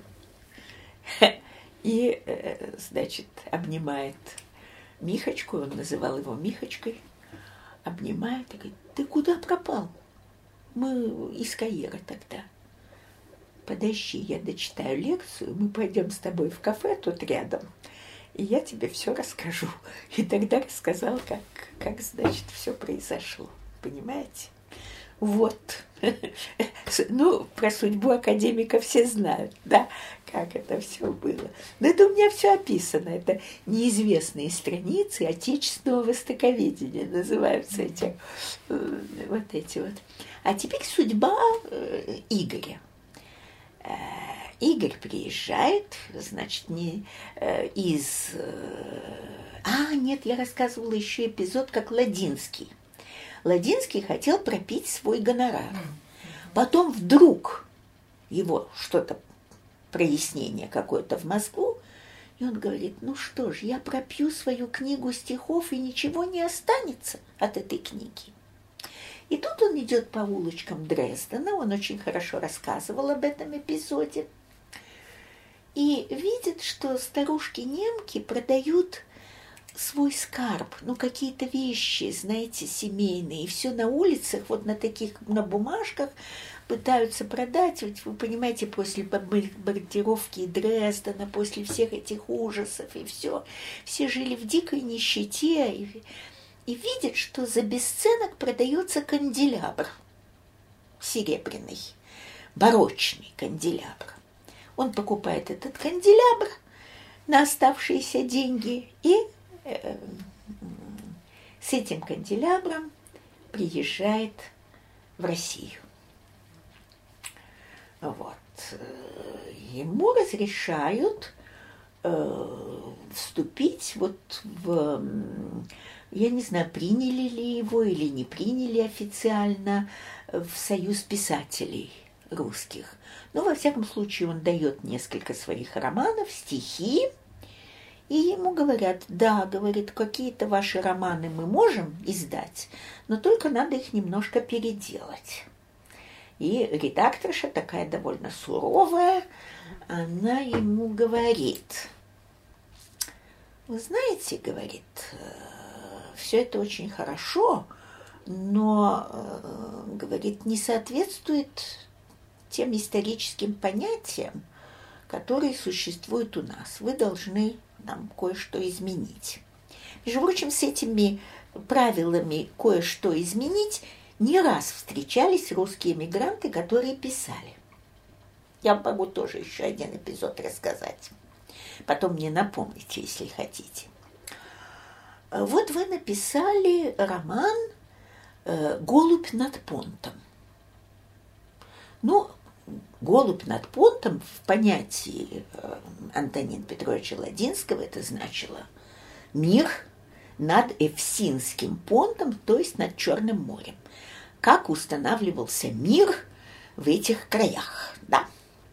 и, значит, обнимает Михочку, он называл его Михочкой, обнимает и говорит: ты куда пропал? Мы из Каира тогда. Подожди, я дочитаю лекцию, мы пойдем с тобой в кафе тут рядом, и я тебе все расскажу. И тогда рассказал, как значит, все произошло. Понимаете? Вот. Ну, про судьбу академика все знают, да, как это все было. Но это у меня все описано. Это неизвестные страницы отечественного востоковедения называются эти вот эти вот. А теперь судьба Игоря. Игорь приезжает, значит, не из... нет, я рассказывала еще эпизод, как Ладинский. Ладинский хотел пропить свой гонорар. Потом вдруг его что-то, прояснение какое-то в Москву, и он говорит: ну что ж, я пропью свою книгу стихов, и ничего не останется от этой книги. И тут он идет по улочкам Дрездена, он очень хорошо рассказывал об этом эпизоде, и видит, что старушки-немки продают свой скарб, ну, какие-то вещи, знаете, семейные, и все на улицах, вот на таких, на бумажках пытаются продать. Ведь вы понимаете, после бомбардировки Дрездена, после всех этих ужасов и все жили в дикой нищете, и видит, что за бесценок продается канделябр серебряный, барочный канделябр. Он покупает этот канделябр на оставшиеся деньги и с этим канделябром приезжает в Россию. Вот. Ему разрешают вступить вот в, я не знаю, приняли ли его или не приняли официально в Союз писателей русских. Но, во всяком случае, он дает несколько своих романов, стихи, и ему говорят, да, говорит, какие-то ваши романы мы можем издать, но только надо их немножко переделать. И редакторша, такая довольно суровая, она ему говорит, вы знаете, говорит, все это очень хорошо, но, говорит, не соответствует тем историческим понятиям, которые существуют у нас. Вы должны нам кое-что изменить. Между прочим, с этими правилами кое-что изменить не раз встречались русские эмигранты, которые писали. Я могу тоже еще один эпизод рассказать. Потом мне напомните, если хотите. Вот вы написали роман «Голубь над понтом». Ну, «Голубь над понтом» в понятии Антонина Петровича Ладинского это значило мир над Эвсинским понтом, то есть над Черным морем. Как устанавливался мир в этих краях, да.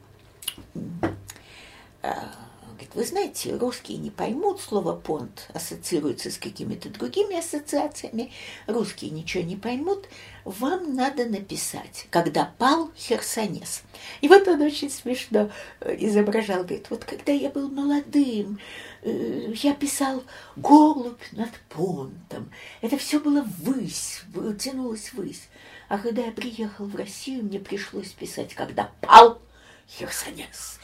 Говорит, вы знаете, русские не поймут, слово «понт» ассоциируется с какими-то другими ассоциациями, русские ничего не поймут, вам надо написать, когда пал Херсонес. И вот он очень смешно изображал, говорит, вот когда я был молодым, я писал «Голубь над понтом», это все было ввысь, тянулось ввысь. А когда я приехал в Россию, мне пришлось писать, когда пал Херсонес.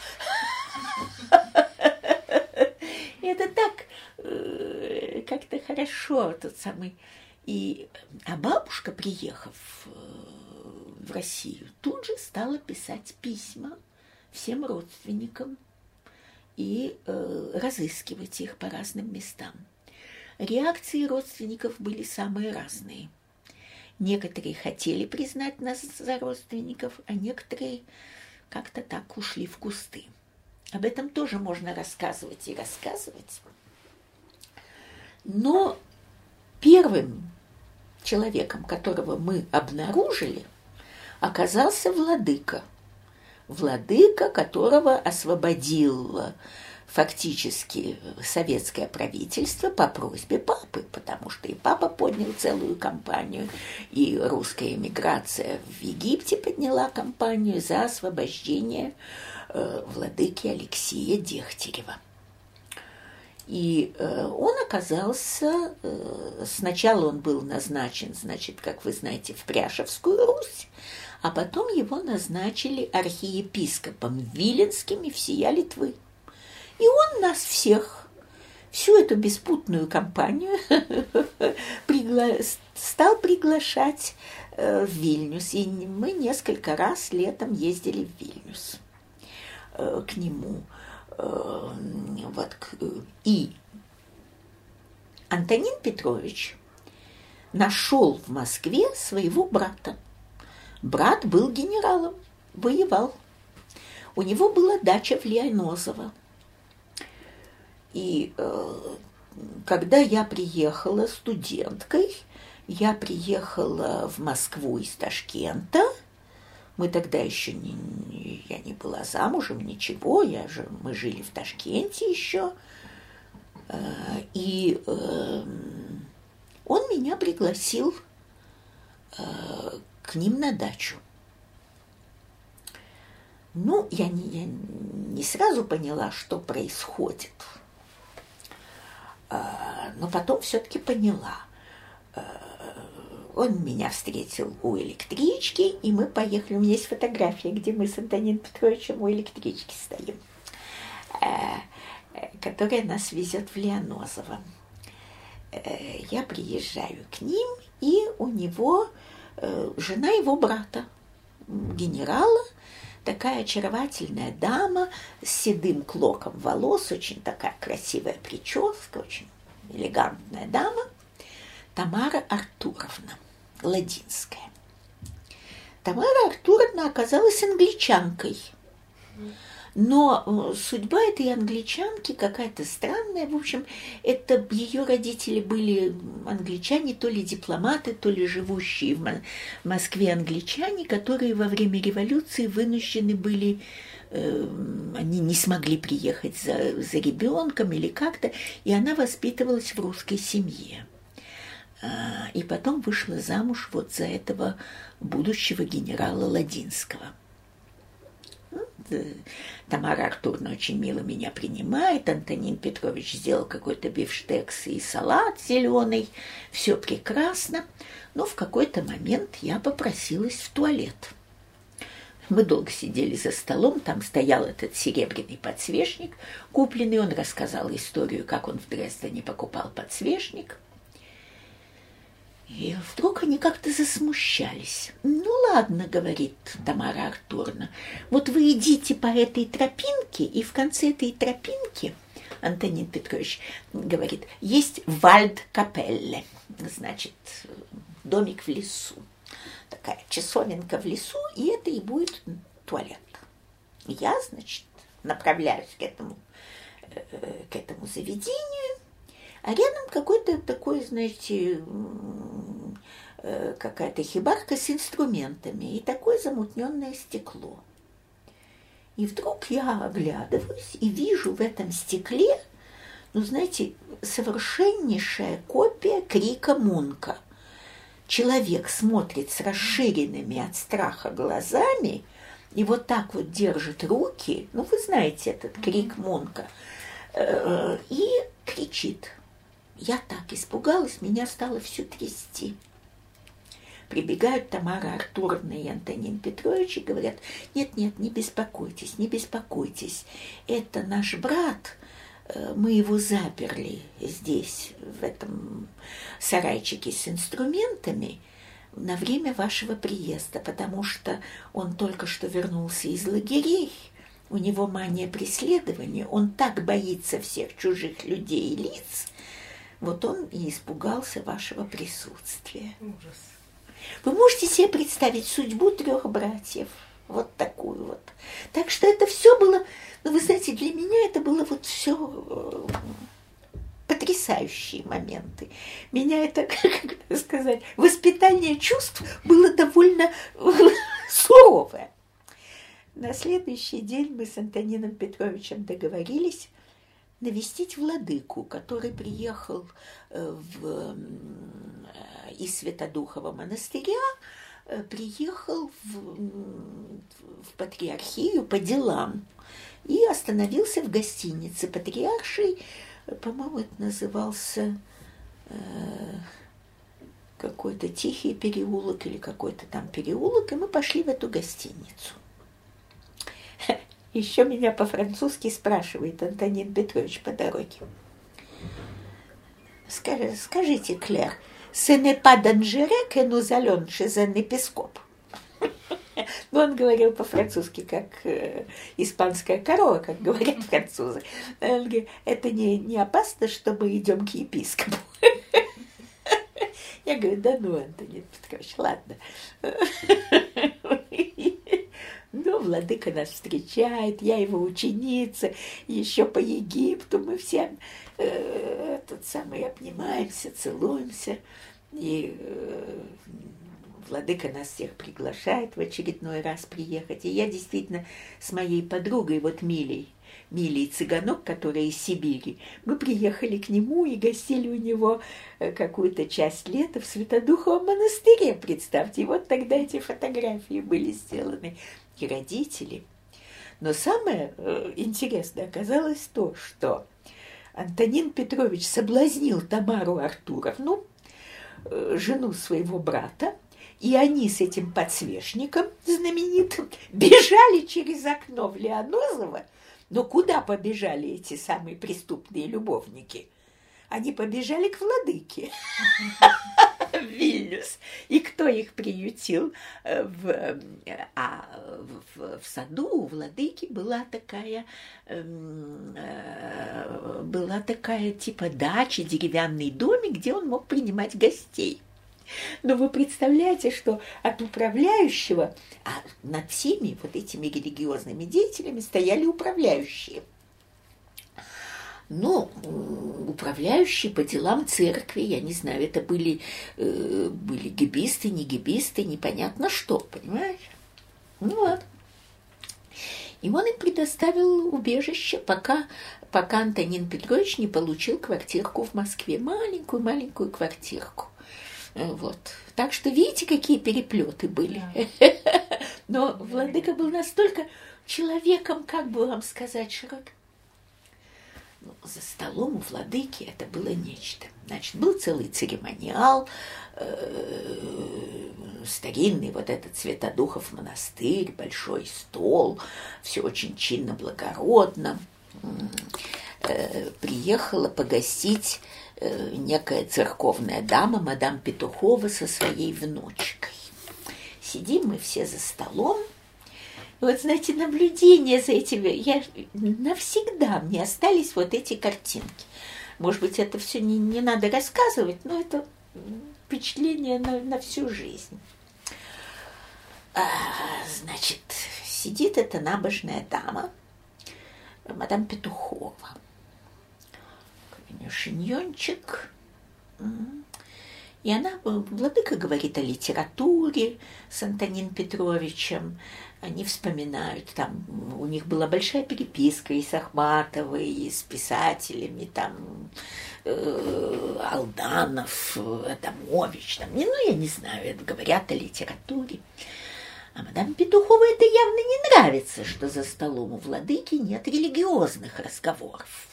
Это так как-то хорошо, тот самый. А бабушка, приехав в Россию, тут же стала писать письма всем родственникам и разыскивать их по разным местам. Реакции родственников были самые разные. Некоторые хотели признать нас за родственников, а некоторые как-то так ушли в кусты. Об этом тоже можно рассказывать и рассказывать. Но первым человеком, которого мы обнаружили, оказался владыка. Владыка, которого освободил фактически советское правительство по просьбе папы, потому что и папа поднял целую кампанию, и русская эмиграция в Египте подняла кампанию за освобождение владыки Алексея Дегтярева. И он оказался, сначала он был назначен, значит, как вы знаете, в Пряшевскую Русь, а потом его назначили архиепископом Виленским и всея Литвы. И он нас всех, всю эту беспутную компанию стал приглашать в Вильнюс. И мы несколько раз летом ездили в Вильнюс к нему. И Антонин Петрович нашел в Москве своего брата. Брат был генералом, воевал. У него была дача в Лианозово. И когда я приехала студенткой, я приехала в Москву из Ташкента. Мы тогда еще я не была замужем, ничего, мы жили в Ташкенте еще. И он меня пригласил к ним на дачу. Ну, я не сразу поняла, что происходит. Но потом все-таки поняла. Он меня встретил у электрички, и мы поехали. У меня есть фотография, где мы с Антонином Петровичем у электрички стоим, которая нас везет в Лианозово. я приезжаю к ним, и у него жена его брата, генерала, такая очаровательная дама с седым клоком волос, очень такая красивая прическа, очень элегантная дама, Тамара Артуровна Ладинская. Тамара Артуровна оказалась англичанкой. Но судьба этой англичанки какая-то странная. В общем, это ее родители были англичане, то ли дипломаты, то ли живущие в Москве англичане, которые во время революции вынуждены были, они не смогли приехать за ребенком или как-то, и она воспитывалась в русской семье. И потом вышла замуж вот за этого будущего генерала Ладинского. Тамара Артуровна очень мило меня принимает, Антонин Петрович сделал какой-то бифштекс и салат зеленый, все прекрасно, но в какой-то момент я попросилась в туалет. Мы долго сидели за столом, там стоял этот серебряный подсвечник купленный, он рассказал историю, как он в Дрездене покупал подсвечник. И вдруг они как-то засмущались. «Ну ладно, — говорит Тамара Артуровна, — вот вы идите по этой тропинке, и в конце этой тропинки, Антонин Петрович говорит, есть вальдкапелле, значит, домик в лесу, такая часовенка в лесу, и это и будет туалет. Я, значит, направляюсь к этому заведению, а рядом какой-то такой, знаете, какая-то хибарка с инструментами и такое замутненное стекло. И вдруг я оглядываюсь и вижу в этом стекле, ну, знаете, совершеннейшая копия крика Мунка. Человек смотрит с расширенными от страха глазами и вот так вот держит руки, ну, вы знаете этот крик Мунка, и кричит. Я так испугалась, меня стало все трясти. Прибегают Тамара Артуровна и Антонин Петрович и говорят, нет, не беспокойтесь, не беспокойтесь, это наш брат, мы его заперли здесь, в этом сарайчике с инструментами на время вашего приезда, потому что он только что вернулся из лагерей, у него мания преследования, он так боится всех чужих людей и лиц, вот он и испугался вашего присутствия. Ужас. Вы можете себе представить судьбу 3 братьев, вот такую вот. Так что это все было, ну, вы знаете, для меня это было вот все потрясающие моменты. Меня это, как сказать, воспитание чувств было довольно суровое. На следующий день мы с Антонином Петровичем договорились навестить владыку, который приехал из Святодухова монастыря, приехал в патриархию по делам и остановился в гостинице патриаршей, по-моему, это назывался какой-то Тихий переулок или какой-то там переулок, и мы пошли в эту гостиницу. Еще меня по-французски спрашивает Антонин Петрович по дороге. Скажите, Клэр, «Ce n'est pas dangereux que nous allons chez un épiscope?» Ну, он говорил по-французски, как испанская корова, как говорят французы. Он говорит, это не опасно, что мы идем к епископу. Я говорю, да ну, Антонин Петрович, ладно. Ну, владыка нас встречает, я его ученица, еще по Египту, мы все обнимаемся, целуемся, и владыка нас всех приглашает в очередной раз приехать. И я действительно с моей подругой, вот Милей Цыганок, которая из Сибири, мы приехали к нему и гостили у него какую-то часть лета в Святодуховом монастыре, представьте. И вот тогда эти фотографии были сделаны, и родители. Но самое интересное оказалось то, что Антонин Петрович соблазнил Тамару Артуровну, жену своего брата, и они с этим подсвечником знаменитым бежали через окно в Лианозово. Но куда побежали эти самые преступные любовники? они побежали к владыке в Вильнюс. И кто их приютил? В саду у владыки была такая типа дача, деревянный домик, где он мог принимать гостей. Но вы представляете, что от управляющего, а над всеми вот этими религиозными деятелями стояли управляющие. Ну, управляющие по делам церкви, я не знаю, это были гибисты, не гибисты, непонятно что, понимаешь? Ну вот. И он им предоставил убежище, пока Антонин Петрович не получил квартирку в Москве, маленькую квартирку. Вот. Так что видите, какие переплеты были. Но владыка был настолько человеком, как бы вам сказать, широким. За столом у владыки это было нечто. Значит, был целый церемониал, старинный вот этот Святодухов монастырь, большой стол, все очень чинно, благородно. Приехала погостить некая церковная дама, мадам Петухова, со своей внучкой. Сидим мы все за столом. Вот, знаете, наблюдение за этими, навсегда мне остались вот эти картинки. Может быть, это все не надо рассказывать, но это впечатление на всю жизнь. Значит, сидит эта набожная дама, мадам Петухова. У нее шиньончик. И она, владыка говорит о литературе с Антонином Петровичем. Они вспоминают, там у них была большая переписка и с Ахматовой, и с писателями, там Алданов, Адамович, там, ну, я не знаю, говорят о литературе. А мадам Петухова это явно не нравится, что за столом у владыки нет религиозных разговоров.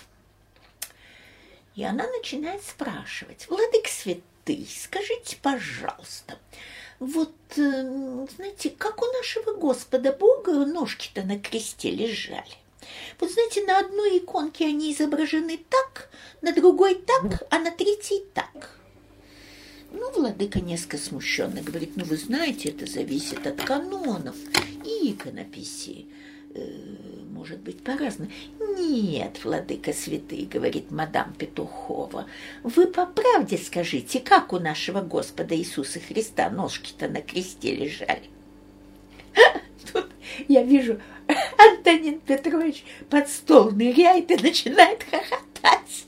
И она начинает спрашивать: владыка святый, скажите, пожалуйста, вот, знаете, как у нашего Господа Бога ножки-то на кресте лежали? Вот, знаете, на одной иконке они изображены так, на другой так, а на третьей так. Ну, владыка несколько смущенно говорит: ну, вы знаете, это зависит от канонов и иконописи. Может быть, по-разному. Нет, владыка святый, говорит мадам Петухова, вы по правде скажите, как у нашего Господа Иисуса Христа ножки-то на кресте лежали? Тут я вижу, Антонин Петрович под стол ныряет и начинает хохотать.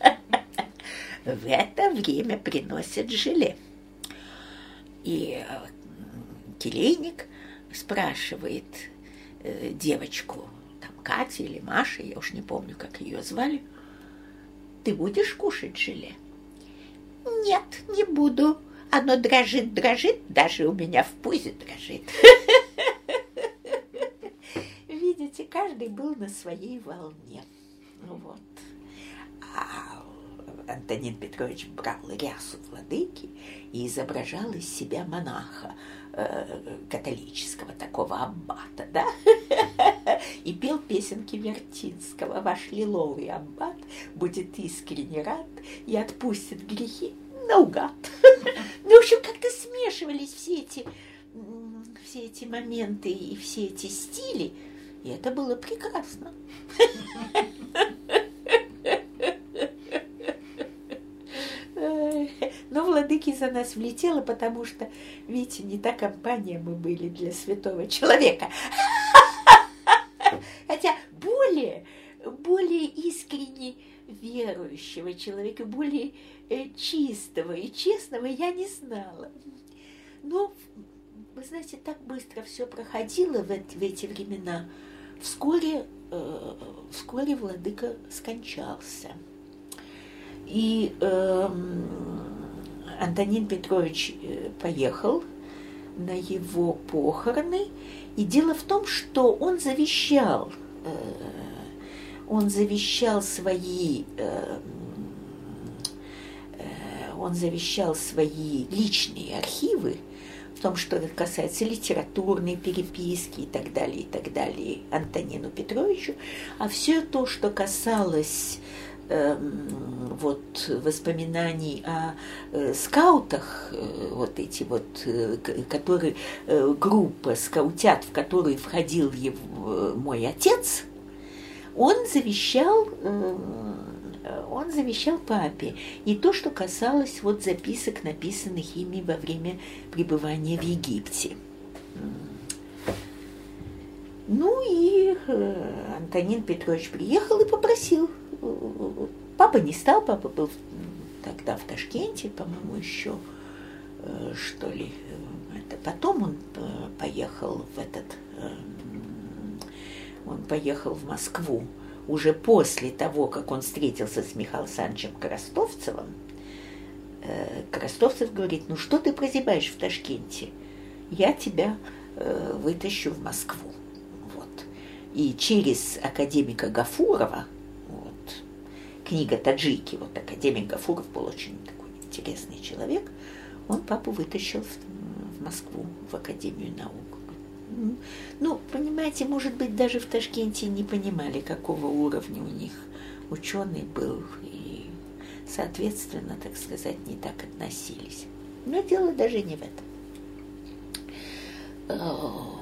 В это время приносят желе. И келейник спрашивает девочку, там Катя или Маша, я уж не помню, как ее звали: ты будешь кушать желе? Нет, не буду. Оно дрожит, даже у меня в пузе дрожит. Видите, каждый был на своей волне. Вот. А Антонин Петрович брал рясу владыки и изображал из себя монаха, католического такого аббата, да, и пел песенки Вертинского: ваш лиловый аббат будет искренне рад и отпустит грехи наугад. Ну, в общем, как-то смешивались все эти моменты и все эти стили, и это было прекрасно. Но владыке за нас влетело, потому что, видите, не та компания мы были для святого человека. Хотя более искренне верующего человека, более чистого и честного я не знала. Но, вы знаете, так быстро все проходило в эти времена. Вскоре владыка скончался. И Антонин Петрович поехал на его похороны. И дело в том, что он завещал свои личные архивы, в том, что касается литературной переписки и так далее, Антонину Петровичу, а все то, что касалось вот воспоминаний о скаутах, вот эти вот, которые, группа скаутят, в которую входил мой отец, он завещал папе и то, что касалось вот записок, написанных ими во время пребывания в Египте. Ну и Антонин Петрович приехал и попросил. Папа не стал, папа был тогда в Ташкенте, по-моему, еще, что ли. Потом он поехал в Москву уже после того, как он встретился с Михаилом Александровичем Коростовцевым. Коростовцев говорит: ну что ты прозябаешь в Ташкенте? Я тебя вытащу в Москву. И через академика Гафурова, вот, книга «Таджики», вот академик Гафуров был очень такой интересный человек, он папу вытащил в Москву, в Академию наук. Ну, понимаете, может быть, даже в Ташкенте не понимали, какого уровня у них ученый был, и, соответственно, так сказать, не так относились. Но дело даже не в этом.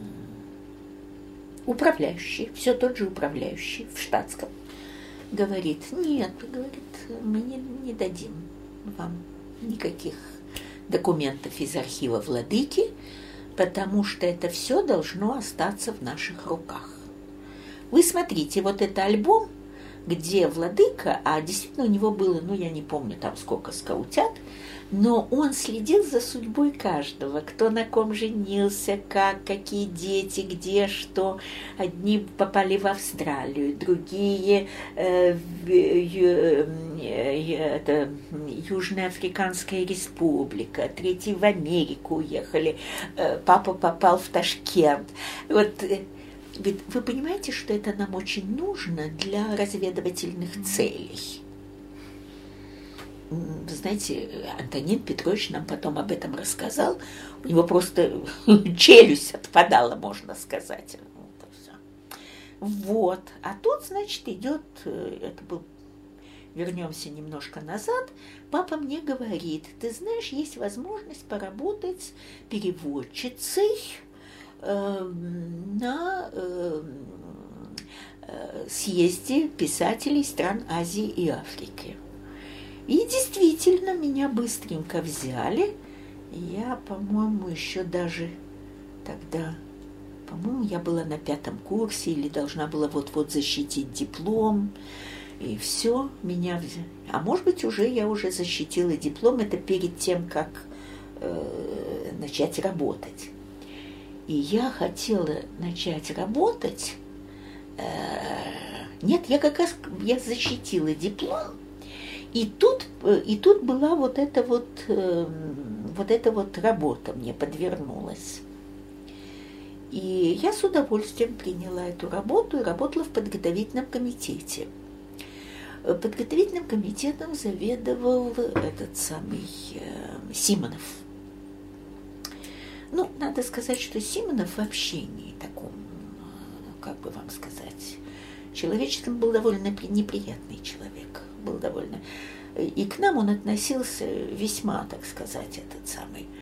Управляющий, все тот же управляющий в штатском, говорит: нет, говорит, мы не дадим вам никаких документов из архива владыки, потому что это все должно остаться в наших руках. Вы смотрите, вот это альбом, где владыка, а действительно у него было, ну я не помню там сколько скаутят, но он следил за судьбой каждого, кто на ком женился, какие дети, где, что. Одни попали в Австралию, другие Южноафриканская республика, третьи в Америку уехали, папа попал в Ташкент. Вот, ведь вы понимаете, что это нам очень нужно для разведывательных целей. Вы знаете, Антонин Петрович нам потом об этом рассказал. У него просто челюсть отпадала, можно сказать. Вот. А тут, значит, идет, это был, вернемся немножко назад, папа мне говорит: ты знаешь, есть возможность поработать с переводчицей на съезде писателей стран Азии и Африки. И действительно, меня быстренько взяли. Я, по-моему, еще даже тогда, по-моему, я была на 5-м курсе или должна была вот-вот защитить диплом. И все, меня взяли. А может быть, я уже защитила диплом, это перед тем, как начать работать. И я хотела начать работать. Нет, я как раз защитила диплом. И тут была вот эта вот работа мне подвернулась. И я с удовольствием приняла эту работу и работала в подготовительном комитете. Подготовительным комитетом заведовал этот самый Симонов. Ну, надо сказать, что Симонов в общении таком, как бы вам сказать, человеческом был довольно неприятный человек. Был довольно... И к нам он относился весьма, так сказать, этот самый